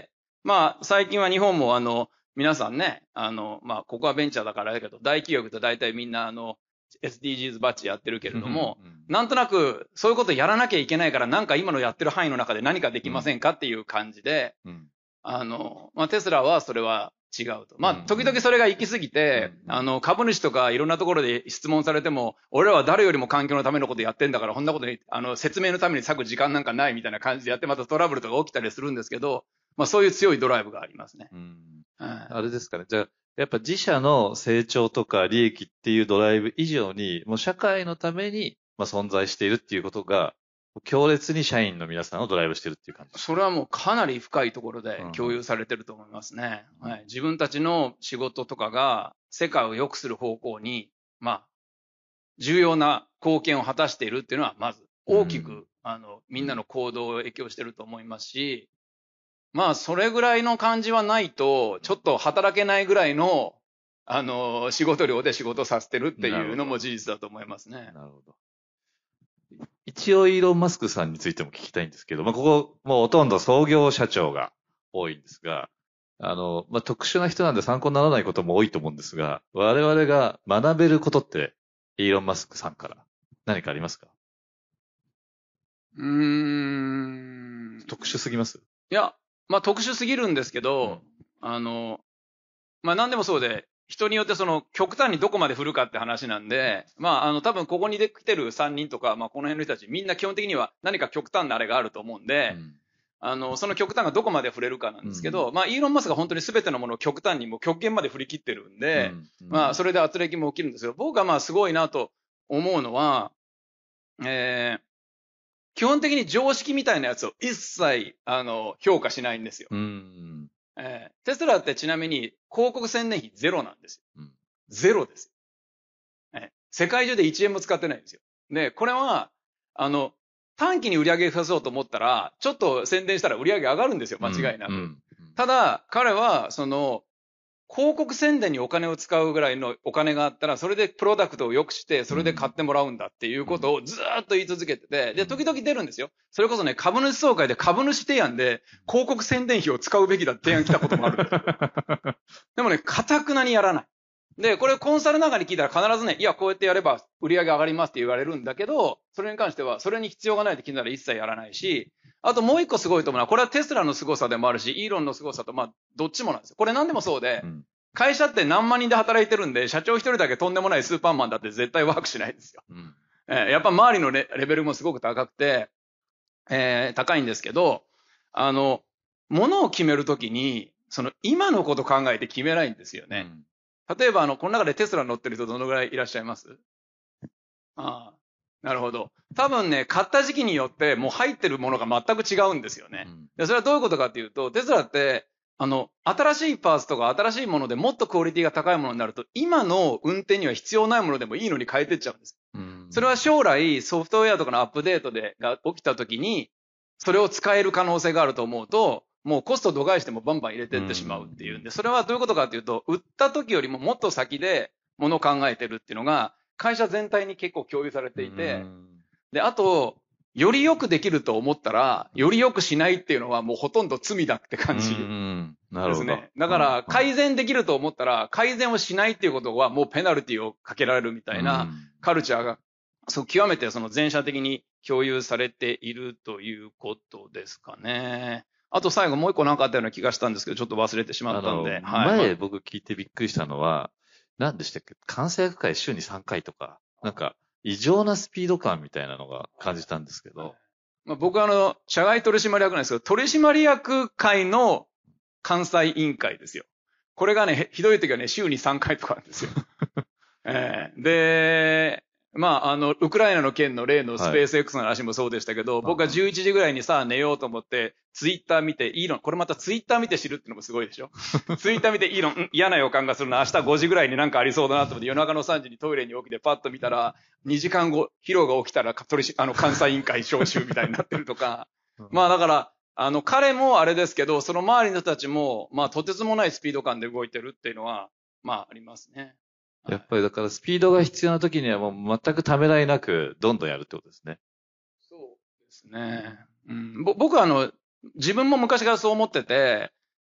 まあ、最近は日本もあの、皆さんね、あの、まあ、ここはベンチャーだからだけど、大企業と大体みんなあの、エスディージーズ バッジやってるけれども、なんとなくそういうことやらなきゃいけないから、なんか今のやってる範囲の中で何かできませんかっていう感じで、うん、あの、まあ、テスラはそれは違うと。まあ、時々それが行き過ぎて、うん、あの、株主とかいろんなところで質問されても、俺らは誰よりも環境のためのことやってんだから、こんなことに、あの、説明のために割く時間なんかないみたいな感じでやって、またトラブルとか起きたりするんですけど、まあ、そういう強いドライブがありますね。 うんはい、あれですかね。じゃあ、やっぱ自社の成長とか利益っていうドライブ以上に、もう社会のために、まあ、存在しているっていうことが、強烈に社員の皆さんをドライブしてるっていう感じですか。 それはもうかなり深いところで共有されてると思いますね。うんはい、自分たちの仕事とかが世界を良くする方向に、まあ、重要な貢献を果たしているっていうのは、まず大きく、うん、あの、みんなの行動を影響してると思いますし、まあ、それぐらいの感じはないと、ちょっと働けないぐらいの、あの、仕事量で仕事させてるっていうのも事実だと思いますね。 なるほど。一応、イーロン・マスクさんについても聞きたいんですけど、まあ、ここ、もうほとんど創業社長が多いんですが、あの、まあ、特殊な人なんで参考にならないことも多いと思うんですが、我々が学べることって、イーロン・マスクさんから何かありますか？ うーん。 特殊すぎます？ いや、まあ、特殊すぎるんですけど、うん、あの、まあ、何でもそうで、人によってその極端にどこまで振るかって話なんで、まあ、あの、多分ここに来てるさんにんとか、まあ、この辺の人たち、みんな基本的には何か極端なあれがあると思うんで、うん、あの、その極端がどこまで触れるかなんですけど、うん、まあ、イーロン・マスクが本当に全てのものを極端にもう極限まで振り切ってるんで、うんうん、まあ、それで圧力も起きるんですけど、僕がまあ、すごいなと思うのは、えー、基本的に常識みたいなやつを一切、あの、評価しないんですよ。うんえー、テスラってちなみに広告宣伝費ゼロなんですよ。うん、ゼロですよ、えー。世界中でいちえんも使ってないんですよ。で、これは、あの、短期に売り上げ増やそうと思ったら、ちょっと宣伝したら売り上げ上がるんですよ、間違いなく。うんうんうん、ただ、彼は、その、広告宣伝にお金を使うぐらいのお金があったら、それでプロダクトを良くして、それで買ってもらうんだっていうことをずーっと言い続けてて、で、時々出るんですよ。それこそね、株主総会で株主提案で広告宣伝費を使うべきだって提案来たこともあるんですよ。でもね、堅くなにやらない。で、これコンサルなんかに聞いたら必ずね、いや、こうやってやれば売り上げ上がりますって言われるんだけど、それに関しては、それに必要がないって聞いたら一切やらないし、あともう一個すごいと思うのは、これはテスラの凄さでもあるし、イーロンの凄さと、まあ、どっちもなんですよ。これ何でもそうで、うん、会社って何万人で働いてるんで、社長一人だけとんでもないスーパーマンだって絶対ワークしないんですよ。うんえー、やっぱ周りの レ, レベルもすごく高くて、えー、高いんですけど、あの、物を決めるときに、その今のこと考えて決めないんですよね。うん、例えば、あの、この中でテスラ乗ってる人どのぐらいいらっしゃいます？ああ、なるほど。多分ね、買った時期によってもう入ってるものが全く違うんですよね。うん、でそれはどういうことかっていうと、テスラって、あの、新しいパーツとか新しいものでもっとクオリティが高いものになると、今の運転には必要ないものでもいいのに変えてっちゃうんです。うん、それは将来ソフトウェアとかのアップデートでが起きた時に、それを使える可能性があると思うと、もうコスト度外してもバンバン入れてってしまうっていうんで、それはどういうことかっていうと、売った時よりももっと先でものを考えてるっていうのが、会社全体に結構共有されていて、で、あと、より良くできると思ったら、より良くしないっていうのはもうほとんど罪だって感じですね。うんなるほど。だから、改善できると思ったら、改善をしないっていうことはもうペナルティをかけられるみたいなカルチャーが、そう、極めてその全社的に共有されているということですかね。あと最後もう一個なんかあったような気がしたんですけど、ちょっと忘れてしまったんで。 はい、前僕聞いてびっくりしたのは、何でしたっけ？監査役会週にさんかいとか、なんか異常なスピード感みたいなのが感じたんですけど。 まあ、僕はあの、社外取締役なんですけど、取締役会の監査委員会ですよ。これがね、ひどい時はね、週にさんかいとかなんですよ。えー、で、まあ、あの、ウクライナの件の例のスペース X の話もそうでしたけど、はい、僕はじゅういちじぐらいにさ、寝ようと思って、ツイッター見て、イーロン、これまたツイッター見て知るってのもすごいでしょツイッター見て、イーロン、嫌な予感がするな、明日ごじぐらいになんかありそうだなと思って、夜中のさんじにトイレに起きてパッと見たら、にじかんご、ヒロが起きたら、取り、あの、監査委員会招集みたいになってるとか、まあだから、あの、彼もあれですけど、その周りの人たちも、まあ、とてつもないスピード感で動いてるっていうのは、まあ、ありますね。 やっぱりだからスピードが必要な時にはもう全くためらいなくどんどんやるってことですね。 そうですね。うん、ぼ僕はあの、自分も昔からそう思ってて、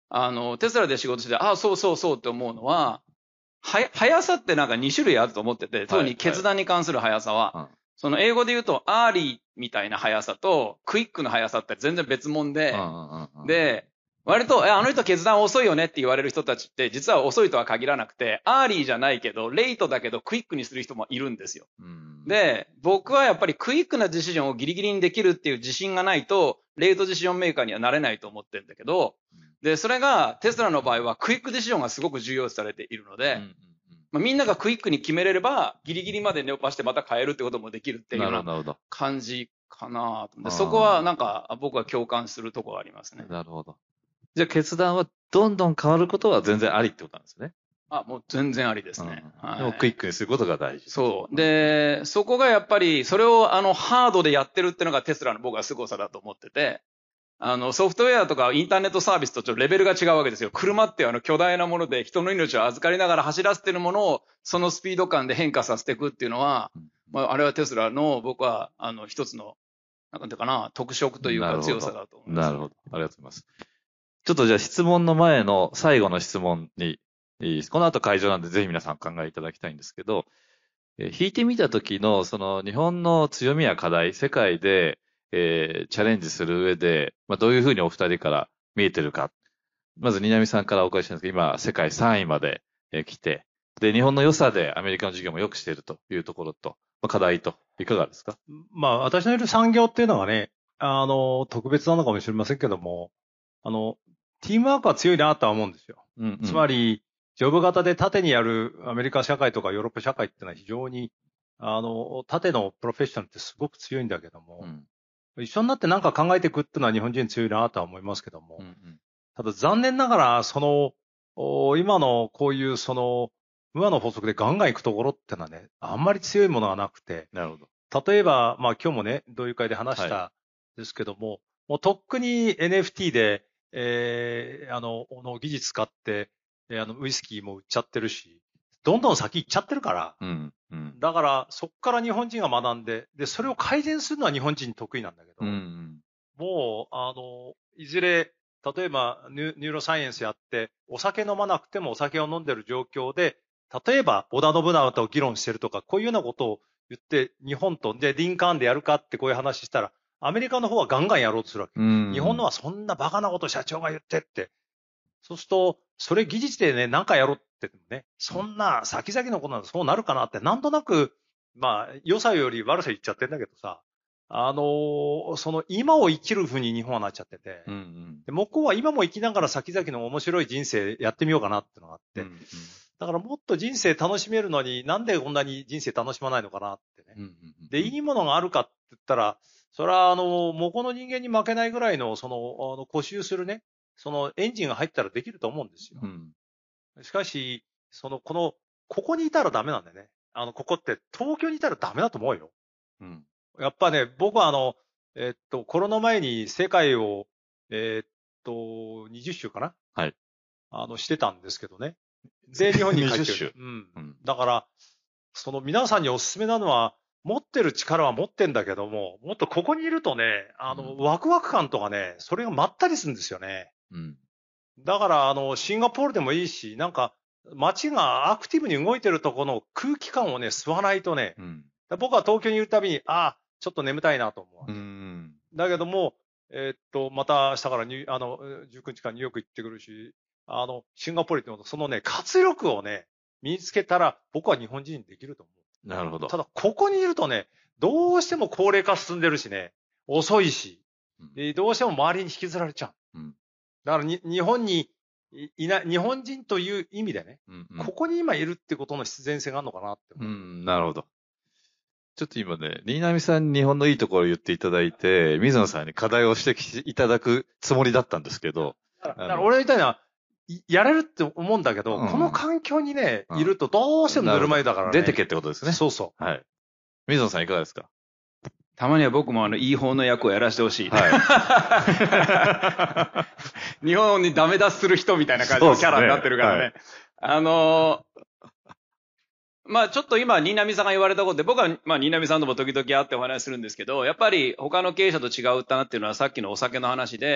あの、テスラで仕事して、ああ、そうそうそうって思うのは、は、速さってなんかに種類あると思ってて、特に決断に関する速さは、はいはい、その英語で言うと、アーリーみたいな速さと、クイックの速さって全然別物で、で、割と、え、あの人決断遅いよねって言われる人たちって、実は遅いとは限らなくて、アーリーじゃないけど、レイトだけどクイックにする人もいるんですよ。で、僕はやっぱりクイックなディシジョンをギリギリにできるっていう自信がないと、レイトディシジョンメーカーにはなれないと思ってるんだけど、で、それがテスラの場合はクイックディシジョンがすごく重要視されているので、まあ、みんながクイックに決めれれば、ギリギリまで伸ばしてまた変えるってこともできるっていうような感じかなと。で、そこはなんか僕は共感するところがありますね。 なるほど。じゃあ決断はどんどん変わることは全然ありってことなんですね。 あ、もう全然ありですね。 うん、はい、でもクイックにすることが大事。 そう。で、そこがやっぱり、それをあのハードでやってるっていうのがテスラの僕は凄さだと思ってて、あのソフトウェアとかインターネットサービスとちょっとレベルが違うわけですよ。車ってあの巨大なもので人の命を預かりながら走らせてるものをそのスピード感で変化させていくっていうのは、うん、まあ、あれはテスラの僕はあの一つの、なんていうかな、特色というか強さだと思います。 なるほど。ありがとうございます。ちょっとじゃあ質問の前の最後の質問に、この後会場なんでぜひ皆さん考えいただきたいんですけど、え引いてみた時のその日本の強みや課題、世界で、えー、チャレンジする上で、まあ、どういうふうにお二人から見えてるか。まず、新浪さんからお伺いしたんですけど、今、世界さんいまで、えー、来て、で、日本の良さでアメリカの事業も良くしているというところと、まあ、課題と、いかがですか？ まあ、私のいる産業っていうのがね、あの、特別なのかもしれませんけども、あの、チームワークは強いなとは思うんですよ。うんうん、つまり、ジョブ型で縦にやるアメリカ社会とかヨーロッパ社会っていうのは非常に、あの、縦のプロフェッショナルってすごく強いんだけども、うん、一緒になって何か考えていくっていうのは日本人強いなとは思いますけども、うんうん、ただ残念ながら、その、今のこういうその、ムーアの法則でガンガン行くところってのはね、あんまり強いものがなくて、 なるほど。 例えば、まあ今日もね、同友会で話したんですけども、はい、もうとっくに エヌエフティー で、えー、あの、の技術使って、あの、ウイスキーも売っちゃってるし、どんどん先行っちゃってるから、うんうん、だからそこから日本人が学んで、で、それを改善するのは日本人得意なんだけど、うんうん、もう、あの、いずれ、例えばニュ、ニューロサイエンスやって、お酒飲まなくてもお酒を飲んでる状況で、例えば織田信長と議論してるとか、こういうようなことを言って、日本と、で、リンカーンでやるかってこういう話したら、アメリカの方はガンガンやろうとするわけ。うんうん、日本のはそんなバカなこと社長が言ってって。そうすると、それ技術でね、何かやろうって言ってもね、そんな先々のことなのそうなるかなって、なんとなく、まあ、良さより悪さ言っちゃってんだけどさ、あのー、その今を生きる風に日本はなっちゃってて、うんうん、で向こうは今も生きながら先々の面白い人生やってみようかなってのがあって、うんうん、だからもっと人生楽しめるのになんでこんなに人生楽しまないのかなってね。うんうんうん、で、いいものがあるかって言ったら、それはあの、向こうの人間に負けないぐらいの、その、あの、固執するね、そのエンジンが入ったらできると思うんですよ。うん、しかし、その、この、ここにいたらダメなんだよね。あの、ここって東京にいたらダメだと思うよ。うん、やっぱね、僕はあの、えっと、コロナ前に世界を、えっと、にじゅっしゅうかなはい。あの、してたんですけどね。で、日本に帰ってる。にじゅっしゅう。うん。うん、だから、その皆さんにお勧めなのは、持ってる力は持ってんだけども、もっとここにいるとね、あの、うん、ワクワク感とかね、それがまったりするんですよね。うん。だから、あの、シンガポールでもいいし、なんか、街がアクティブに動いてるところの空気感をね、吸わないとね、うん、僕は東京にいるたびに、ああ、ちょっと眠たいなと思う。うん、だけども、えー、っと、また明日からに、あの、じゅうくにちかんニューヨーク行ってくるし、あの、シンガポールってそのね、活力をね、身につけたら、僕は日本人にできると思う。 なるほど。 ただ、ここにいるとね、どうしても高齢化進んでるしね、遅いし、うん、どうしても周りに引きずられちゃう。うん、だからに、日本にいな、日本人という意味でね、うんうん、ここに今いるってことの必然性があるのかなって思う。 うん、なるほど。ちょっと今ね、新浪さんに日本のいいところを言っていただいて、水野さんに課題を指摘していただくつもりだったんですけど。 だから、から俺みたいな、やれるって思うんだけど、うん、この環境にね、うん、いるとどうしてもぬるま湯だからね。 出てけってことですね。 そうそう。 はい。水野さんいかがですか？ たまには僕もあの、いい方の役をやらせてほしい。はい。日本にダメ出しする人みたいな感じのキャラになってるからね。ねはい、あのー、まあちょっと今、新浪さんが言われたことで、僕はまあ新浪さんとも時々会ってお話しするんですけど、やっぱり他の経営者と違うったなっていうのはさっきのお酒の話で、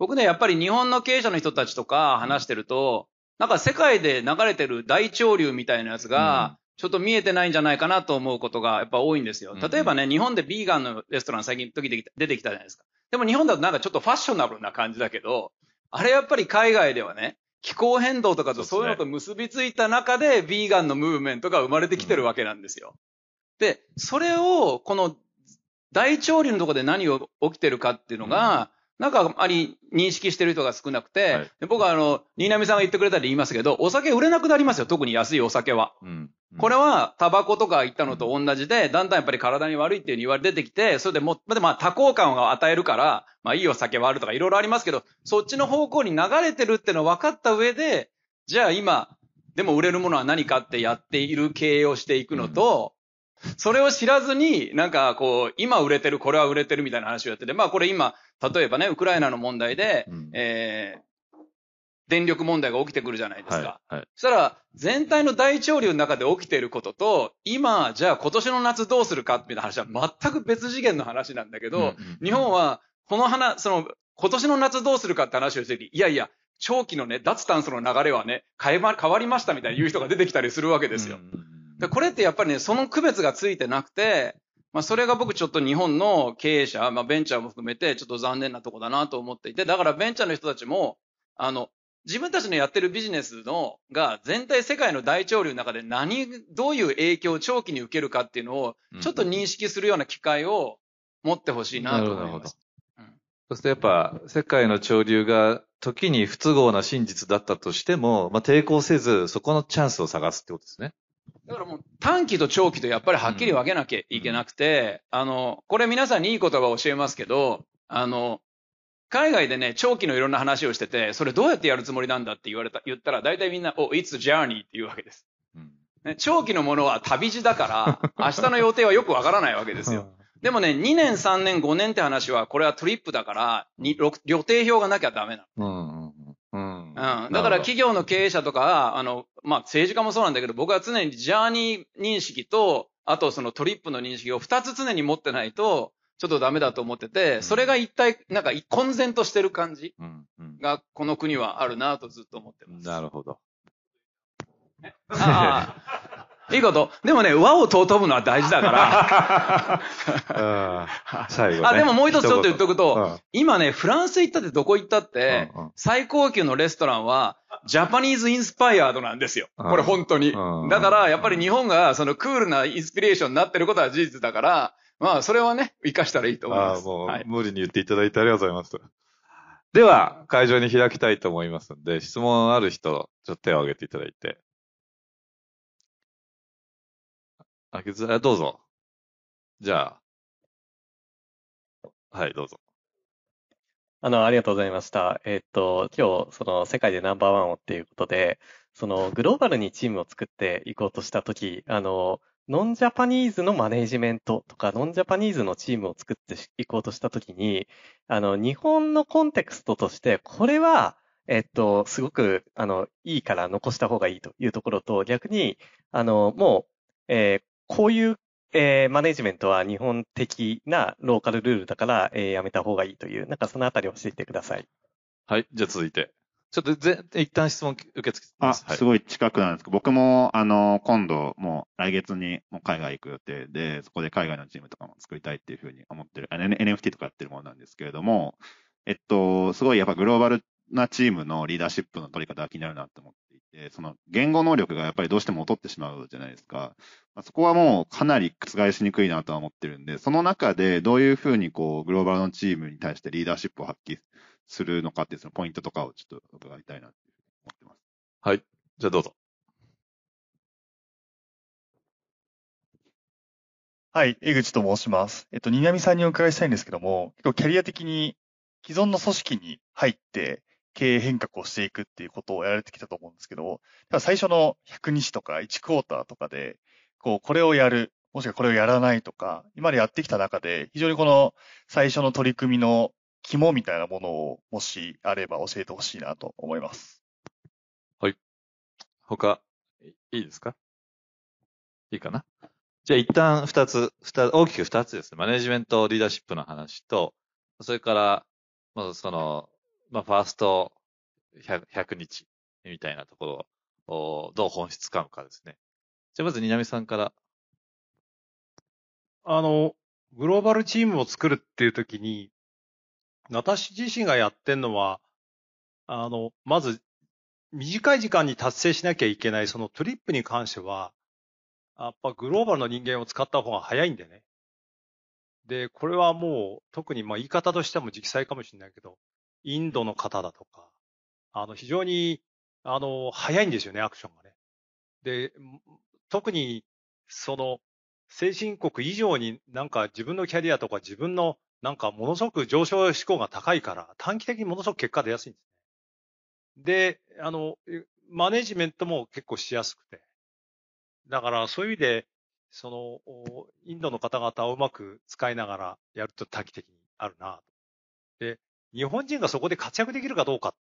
僕ね、やっぱり日本の経営者の人たちとか話してると、なんか世界で流れてる大潮流みたいなやつが、ちょっと見えてないんじゃないかなと思うことがやっぱ多いんですよ。例えばね、日本でビーガンのレストラン最近時々出てきたじゃないですか。でも日本だとなんかちょっとファッショナブルな感じだけど、あれやっぱり海外ではね、気候変動とかとそういうのと結びついた中で、ビーガンのムーブメントが生まれてきてるわけなんですよ。で、それを、この大潮流のところで何が起きてるかっていうのが、なんかあまり認識してる人が少なくて、はい、で僕はあの、新浪さんが言ってくれたり言いますけど、お酒売れなくなりますよ、特に安いお酒は。うんうん、これはタバコとか言ったのと同じで、だんだんやっぱり体に悪いっていう言われ出てきて、それでも、でまあ多幸感を与えるから、まあいいお酒はあるとかいろいろありますけど、そっちの方向に流れてるってのを分かった上で、じゃあ今、でも売れるものは何かってやっている経営をしていくのと、うんそれを知らずに、なんかこう、今売れてる、これは売れてるみたいな話をやってて、まあこれ今、例えばね、ウクライナの問題で、うん、えー、電力問題が起きてくるじゃないですか。はいはい、そしたら、全体の大潮流の中で起きていることと、今、じゃあ今年の夏どうするかっていう話は全く別次元の話なんだけど、うんうんうん、日本は、この話、その、今年の夏どうするかって話をしてるいやいや、長期のね、脱炭素の流れはね、変えま、変わりましたみたいな言う人が出てきたりするわけですよ。うんうんでこれってやっぱりね、その区別がついてなくて、まあそれが僕ちょっと日本の経営者、まあベンチャーも含めてちょっと残念なとこだなと思っていて、だからベンチャーの人たちも、あの、自分たちのやってるビジネスの、が全体世界の大潮流の中で何、どういう影響を長期に受けるかっていうのを、ちょっと認識するような機会を持ってほしいなと思います。 うん、そうするとやっぱ世界の潮流が時に不都合な真実だったとしても、まあ抵抗せずそこのチャンスを探すってことですね。 だからもう短期と長期とやっぱりはっきり分けなきゃいけなくて、うん、あの、これ皆さんにいい言葉を教えますけど、あの、海外でね、長期のいろんな話をしてて、それどうやってやるつもりなんだって言われた、言ったら大体みんな、お、it's journey って言うわけです。うんね、長期のものは旅路だから、明日の予定はよくわからないわけですよ。でもね、にねん、さんねん、ごねんって話は、これはトリップだから、に予定表がなきゃダメなの。うんうんうん、だから企業の経営者とか、あの、まあ、政治家もそうなんだけど、僕は常にジャーニー認識と、あとそのトリップの認識を二つ常に持ってないと、ちょっとダメだと思ってて、それが一体、なんか混然としてる感じが、この国はあるなとずっと思ってます。 なるほど。 ああ。いいこと。でもね、和を尊ぶのは大事だから。 最後ね。 あ、でももう一つちょっと言っとくと、うん、今ね、フランス行ったってどこ行ったって、うんうん、最高級のレストランは、ジャパニーズインスパイアードなんですよ。これ本当に。うん、だから、やっぱり日本がそのクールなインスピレーションになってることは事実だから、まあ、それはね、活かしたらいいと思います。 あもう、はい、無理に言っていただいてありがとうございます。では、会場に開きたいと思いますので、質問ある人、ちょっと手を挙げていただいて。あ、どうぞ。じゃあ。はい、どうぞ。 あの、ありがとうございました。えっと、今日、その、世界でナンバーワンをっていうことで、その、グローバルにチームを作っていこうとしたとき、あの、ノンジャパニーズのマネージメントとか、ノンジャパニーズのチームを作っていこうとしたときに、あの、日本のコンテクストとして、これは、えっと、すごく、あの、いいから残した方がいいというところと、逆に、あの、もう、えーこういう、えー、マネジメントは日本的なローカルルールだから、えー、やめた方がいいという、なんかそのあたりを教えてください。 はい。じゃあ続いて。ちょっとぜ、一旦質問受け付けます。 あ、すごい近くなんですけど、僕も、あの、今度、もう来月にもう海外行く予定で、そこで海外のチームとかも作りたいっていうふうに思ってる、エヌエフティー とかやってるものなんですけれども、えっと、すごいやっぱグローバルなチームのリーダーシップの取り方が気になるなと思っていて、その言語能力がやっぱりどうしても劣ってしまうじゃないですか。そこはもうかなり覆しにくいなとは思ってるんで、その中でどういうふうにこうグローバルのチームに対してリーダーシップを発揮するのかっていうそのポイントとかをちょっと伺いたいなと思ってます。 はい。じゃあどうぞ。 はい。江口と申します。えっと、新浪さんにお伺いしたいんですけども、結構キャリア的に既存の組織に入って経営変革をしていくっていうことをやられてきたと思うんですけど、最初のひゃくにちとかいちクォーターとかで、こう、これをやる、もしくはこれをやらないとか、今までやってきた中で、非常にこの最初の取り組みの肝みたいなものを、もしあれば教えてほしいなと思います。 はい。他、いいですか？いいかな？じゃあ一旦二つ、二つ、大きく二つですね。マネジメントリーダーシップの話と、それから、まずその、 まあ、ファーストひゃくにちみたいなところをどう本質かむかですね。じゃあまず、南さんから。 あの、グローバルチームを作るっていう時に、私自身がやってんのは、あの、まず、短い時間に達成しなきゃいけないそのトリップに関しては、やっぱグローバルの人間を使った方が早いんでね。で、これはもう特にまあ言い方としても直裁かもしれないけど、インドの方だとか、あの非常にあの早いんですよね、アクションがね。で、特にその先進国以上になんか自分のキャリアとか自分のなんかものすごく上昇志向が高いから短期的にものすごく結果出やすいんですね。で、あの、マネジメントも結構しやすくて。だからそういう意味で、その、インドの方々をうまく使いながらやると短期的にあるな。で、日本人がそこで活躍できるかどうかって、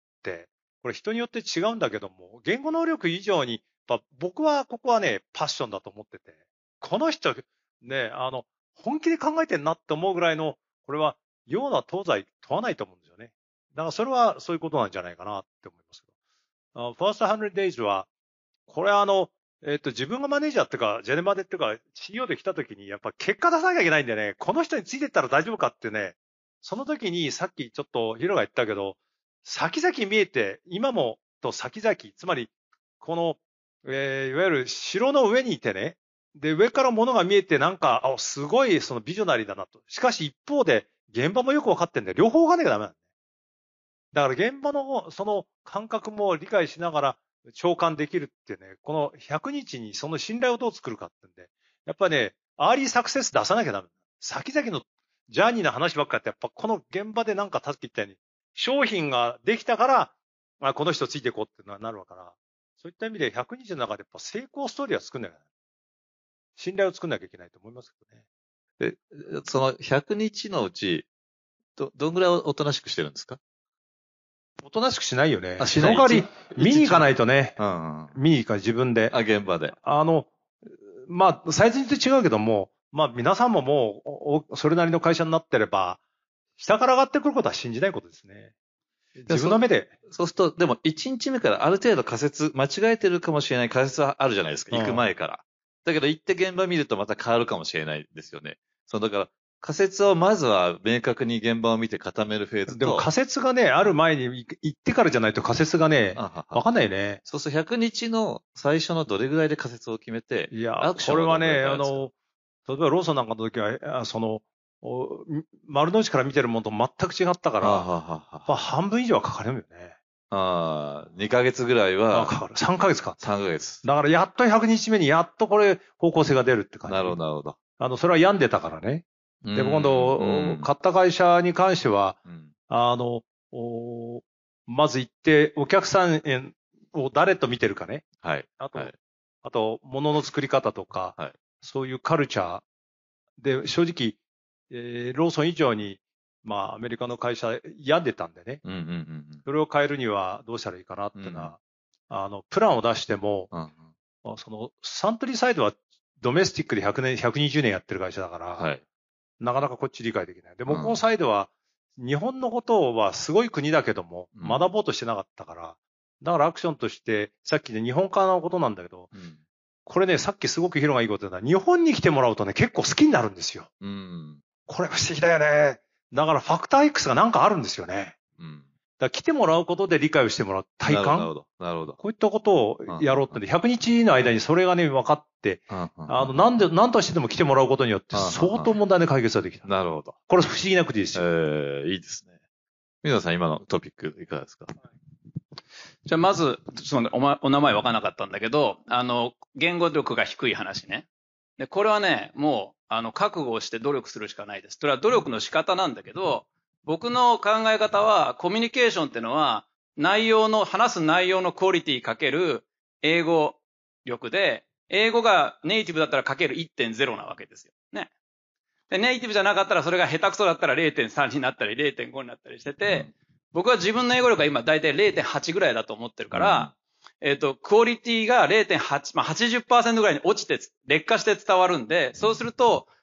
これ人によって違うんだけども、言語能力以上に、やっぱ僕はここはね、パッションだと思ってて、この人、ね、あの、本気で考えてんなって思うぐらいの、これは、洋な東西問わないと思うんですよね。だからそれはそういうことなんじゃないかなって思いますけど。ファーストハンドレッドデイズは、これはあの、えっと、自分がマネージャーっていうか、ジェネマネっていうか、シーイーオー で来た時に、やっぱ結果出さなきゃいけないんでね、この人についてったら大丈夫かってね、その時にさっきちょっとヒロが言ったけど、先々見えて、今もと先々、つまり、この、えー、いわゆる城の上にいてね、で、上から物が見えてなんか、あ、すごいそのビジョナリーだなと。しかし一方で、現場もよくわかってんだよ。両方わかんなきゃダメなんだね。だから現場のその感覚も理解しながら、召喚できるってね、このひゃくにちにその信頼をどう作るかってんで、やっぱね、アーリーサクセス出さなきゃダメ。先々のジャーニーの話ばっかって、やっぱこの現場でなんかさっき言ったように、商品ができたから、まあ、この人ついていこうっていうのはなるわから、そういった意味でひゃくにちの中でやっぱ成功ストーリーは作んなきゃいけない。信頼を作んなきゃいけないと思いますけどね。 で、そのひゃくにちのうち、ど、どんぐらいおとなしくしてるんですか？ おとなしくしないよね。 あ、しない。 その代わり、見に行かないとね。 うんうん、 見に行かない、自分で。 あ、現場で。 あの、まあ、サイズによって違うけども、まあ、皆さんももう、それなりの会社になってれば、下から上がってくることは信じないことですね。自分の目で。 そ, そうすると、でもいちにちめからある程度仮説、間違えてるかもしれない仮説はあるじゃないですか。行く前から。うん、だけど行って現場見るとまた変わるかもしれないですよね。そう、だから、仮説をまずは明確に現場を見て固めるフェーズと。 でも仮説がね、ある前に行ってからじゃないと仮説がね、わかんないね。 そうするとひゃくにちの最初のどれぐらいで仮説を決めて、 いや、これはね、あの、例えばローソンなんかの時は、その、丸の内から見てるものと全く違ったから、はははは半分以上はかかるよね。 ああ、にかげつぐらいは。 かかる。さんかげつか。 さんかげつ。 だからやっとひゃくにちめにやっとこれ方向性が出るって感じ。 なるほど、なるほど。 あの、それは病んでたからね。で、今度、買った会社に関しては、うん、あの、まず行って、お客さんを誰と見てるかね。 はい。 あと、 はい、 あと、物の作り方とか、はい、そういうカルチャー。で、正直、えー、ローソン以上に、まあ、アメリカの会社、病んでたんでね。 うんうんうん、 それを変えるにはどうしたらいいかなっていうのは、うん、あの、プランを出しても、うんうん、その、サントリーサイドはドメスティックでひゃくねん、ひゃくにじゅうねんやってる会社だから、はい、なかなかこっち理解できない。で、向こうサイドは、日本のことはすごい国だけども、学ぼうとしてなかったから、だからアクションとして、さっきね、日本化のことなんだけど、うん、これね、さっきすごくヒロがいいこと言った。日本に来てもらうとね、結構好きになるんですよ。うん、これ不思議だよね。だからファクター X がなんかあるんですよね。うん、だから来てもらうことで理解をしてもらう体感。 なるほど。なるほど。 こういったことをやろうってんで、ひゃくにちの間にそれがね、分かって、あの、なんで、なんとしてでも来てもらうことによって相当問題で解決ができた。 なるほど。 これ不思議な国ですよ。 ええー、いいですね。水野さん、今のトピックいかがですか？ じゃあ、まず、そのお、ま、お名前分からなかったんだけど、あの、言語力が低い話ね。で、これはね、もう、あの、覚悟をして努力するしかないです。それは努力の仕方なんだけど、僕の考え方は、コミュニケーションっていうのは、内容の、話す内容のクオリティかける英語力で、英語がネイティブだったらかける いってんゼロ なわけですよ。ね。で、ネイティブじゃなかったらそれが下手くそだったら れいてんさん になったり れいてんご になったりしてて、うん、僕は自分の英語力が今だいたい れいてんはち ぐらいだと思ってるから、うん、えっと、クオリティが れいてんはち、まあ はちじゅっパーセント ぐらいに落ちて、劣化して伝わるんで、そうすると、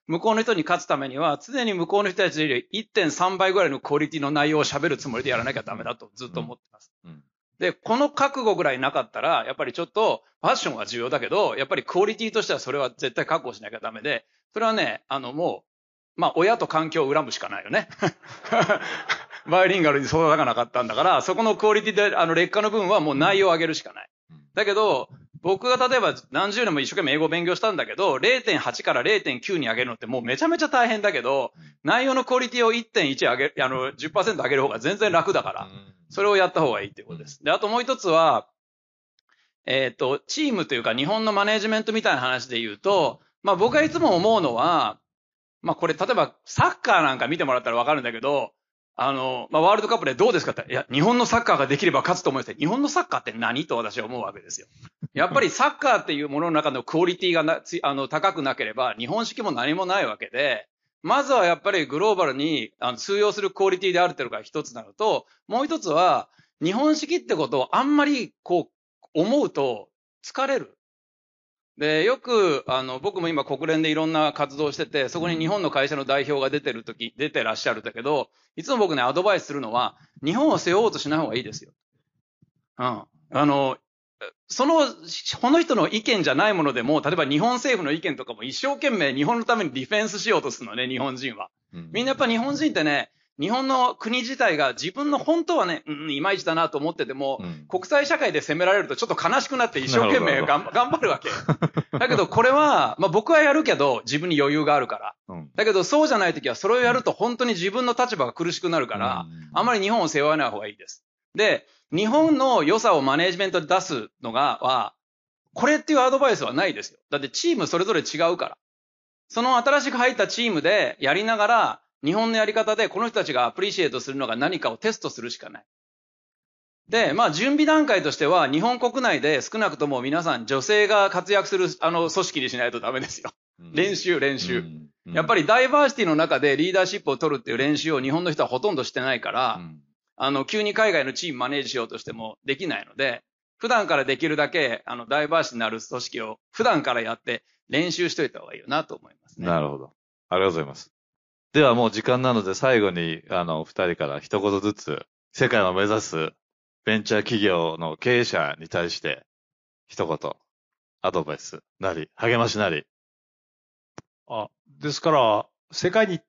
向こうの人に勝つためには、常に向こうの人たちより いってんさん 倍ぐらいのクオリティの内容を喋るつもりでやらなきゃダメだとずっと思ってます。うんうん、で、この覚悟ぐらいなかったら、やっぱりちょっと、ファッションは重要だけど、やっぱりクオリティとしてはそれは絶対確保しなきゃダメで、それはね、あのもう、まあ親と環境を恨むしかないよね。バイリンガルに育たなかったんだから、そこのクオリティで、あの劣化の分はもう内容を上げるしかない。だけど、僕が例えば何十年も一生懸命英語を勉強したんだけど、れいてんはち から れいてんきゅう に上げるのってもうめちゃめちゃ大変だけど、内容のクオリティを いってんいち 上げ、あの、じゅっパーセント 上げる方が全然楽だから、それをやった方がいいっていうことです。で、あともう一つは、えっと、チームというか日本のマネージメントみたいな話で言うと、まあ僕がいつも思うのは、まあこれ例えばサッカーなんか見てもらったらわかるんだけど、あの、まあ、ワールドカップでどうですかって、いや、日本のサッカーができれば勝つと思います。日本のサッカーって何と私は思うわけですよ。やっぱりサッカーっていうものの中のクオリティがなつあの高くなければ、日本式も何もないわけで、まずはやっぱりグローバルにあの通用するクオリティであるっていうのが一つなのと、もう一つは、日本式ってことをあんまりこう思うと疲れる。で、よく、あの、僕も今国連でいろんな活動をしてて、そこに日本の会社の代表が出てるとき、出てらっしゃるんだけど、いつも僕ね、アドバイスするのは、日本を背負おうとしない方がいいですよ。うん。あの、その、この人の意見じゃないものでも、例えば日本政府の意見とかも一生懸命日本のためにディフェンスしようとするのね、日本人は。みんなやっぱ日本人ってね、日本の国自体が自分の本当はね、うん、いまいちだなと思ってても、うん、国際社会で責められるとちょっと悲しくなって一生懸命頑張るわけ。だけどこれは、まあ僕はやるけど自分に余裕があるから。うん、だけどそうじゃないときはそれをやると本当に自分の立場が苦しくなるから、うん、あんまり日本を背負わない方がいいです。で、日本の良さをマネージメントで出すのが、は、これっていうアドバイスはないですよ。だってチームそれぞれ違うから。その新しく入ったチームでやりながら、日本のやり方でこの人たちがアプリシエイトするのが何かをテストするしかない。で、まあ準備段階としては日本国内で少なくとも皆さん女性が活躍するあの組織にしないとダメですよ。練習、練習。やっぱりダイバーシティの中でリーダーシップを取るっていう練習を日本の人はほとんどしてないから、あの急に海外のチームマネージしようとしてもできないので、普段からできるだけあのダイバーシティになる組織を普段からやって練習しといた方がいいよなと思いますね。 なるほど。ありがとうございます。ではもう時間なので最後に、あの、二人から一言ずつ、世界を目指すベンチャー企業の経営者に対して、一言、アドバイスなり、励ましなり。 あ、ですから、世界に行って、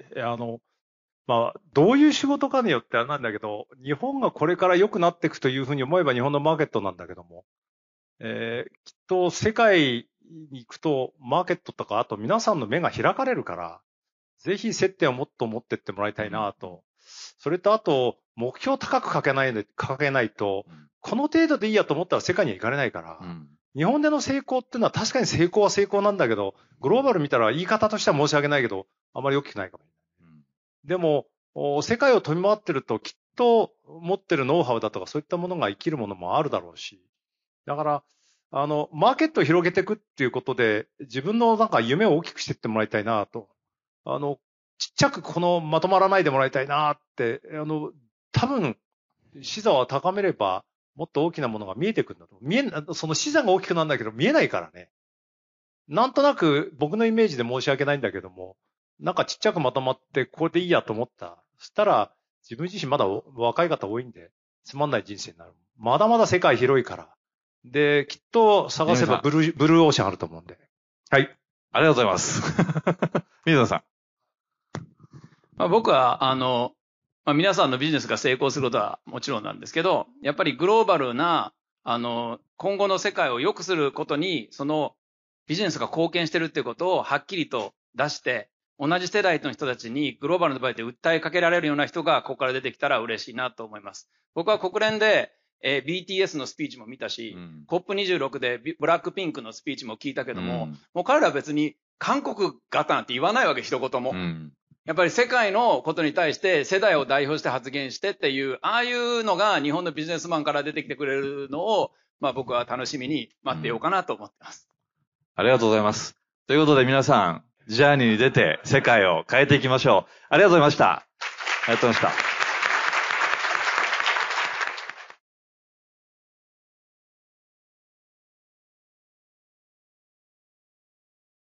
あの、まあ、どういう仕事かによってはなんだけど、日本がこれから良くなっていくというふうに思えば日本のマーケットなんだけども、えー、きっと世界に行くと、マーケットとか、あと皆さんの目が開かれるから、ぜひ接点をもっと持ってってもらいたいなと。それとあと、目標高くかけないで、かけないと、この程度でいいやと思ったら世界には行かれないから、うん、日本での成功っていうのは確かに成功は成功なんだけど、グローバル見たら言い方としては申し訳ないけど、あまり大きくないかもしれない。うん、でも、世界を飛び回ってるときっと持ってるノウハウだとかそういったものが生きるものもあるだろうし、だから、あの、マーケットを広げていくっていうことで、自分のなんか夢を大きくしていってもらいたいなと。あの、ちっちゃくこのまとまらないでもらいたいなって、あの、多分、視座を高めれば、もっと大きなものが見えてくるんだと。見え、その視座が大きくなるんだけど、見えないからね。なんとなく僕のイメージで申し訳ないんだけども、なんかちっちゃくまとまって、これでいいやと思った。そしたら、自分自身まだ若い方多いんで、つまんない人生になる。まだまだ世界広いから。で、きっと探せばブルー、ブルーオーシャンあると思うんで。はい。 ありがとうございます。水野さん。 まあ、僕は、あの、まあ、皆さんのビジネスが成功することはもちろんなんですけど、やっぱりグローバルな、あの、今後の世界を良くすることに、そのビジネスが貢献してるっていうことをはっきりと出して、同じ世代の人たちにグローバルの場合で訴えかけられるような人がここから出てきたら嬉しいなと思います。僕は国連で、えー、ビーティーエス のスピーチも見たし、うん、コップにじゅうろく でブラックピンクのスピーチも聞いたけども、うん、もう彼らは別に韓国型なんて言わないわけ、一言も。うんやっぱり世界のことに対して世代を代表して発言してっていう、ああいうのが日本のビジネスマンから出てきてくれるのを、まあ僕は楽しみに待ってようかなと思ってます。 うん、ありがとうございます。ということで皆さん、ジャーニーに出て世界を変えていきましょう。ありがとうございました。ありがとうございました。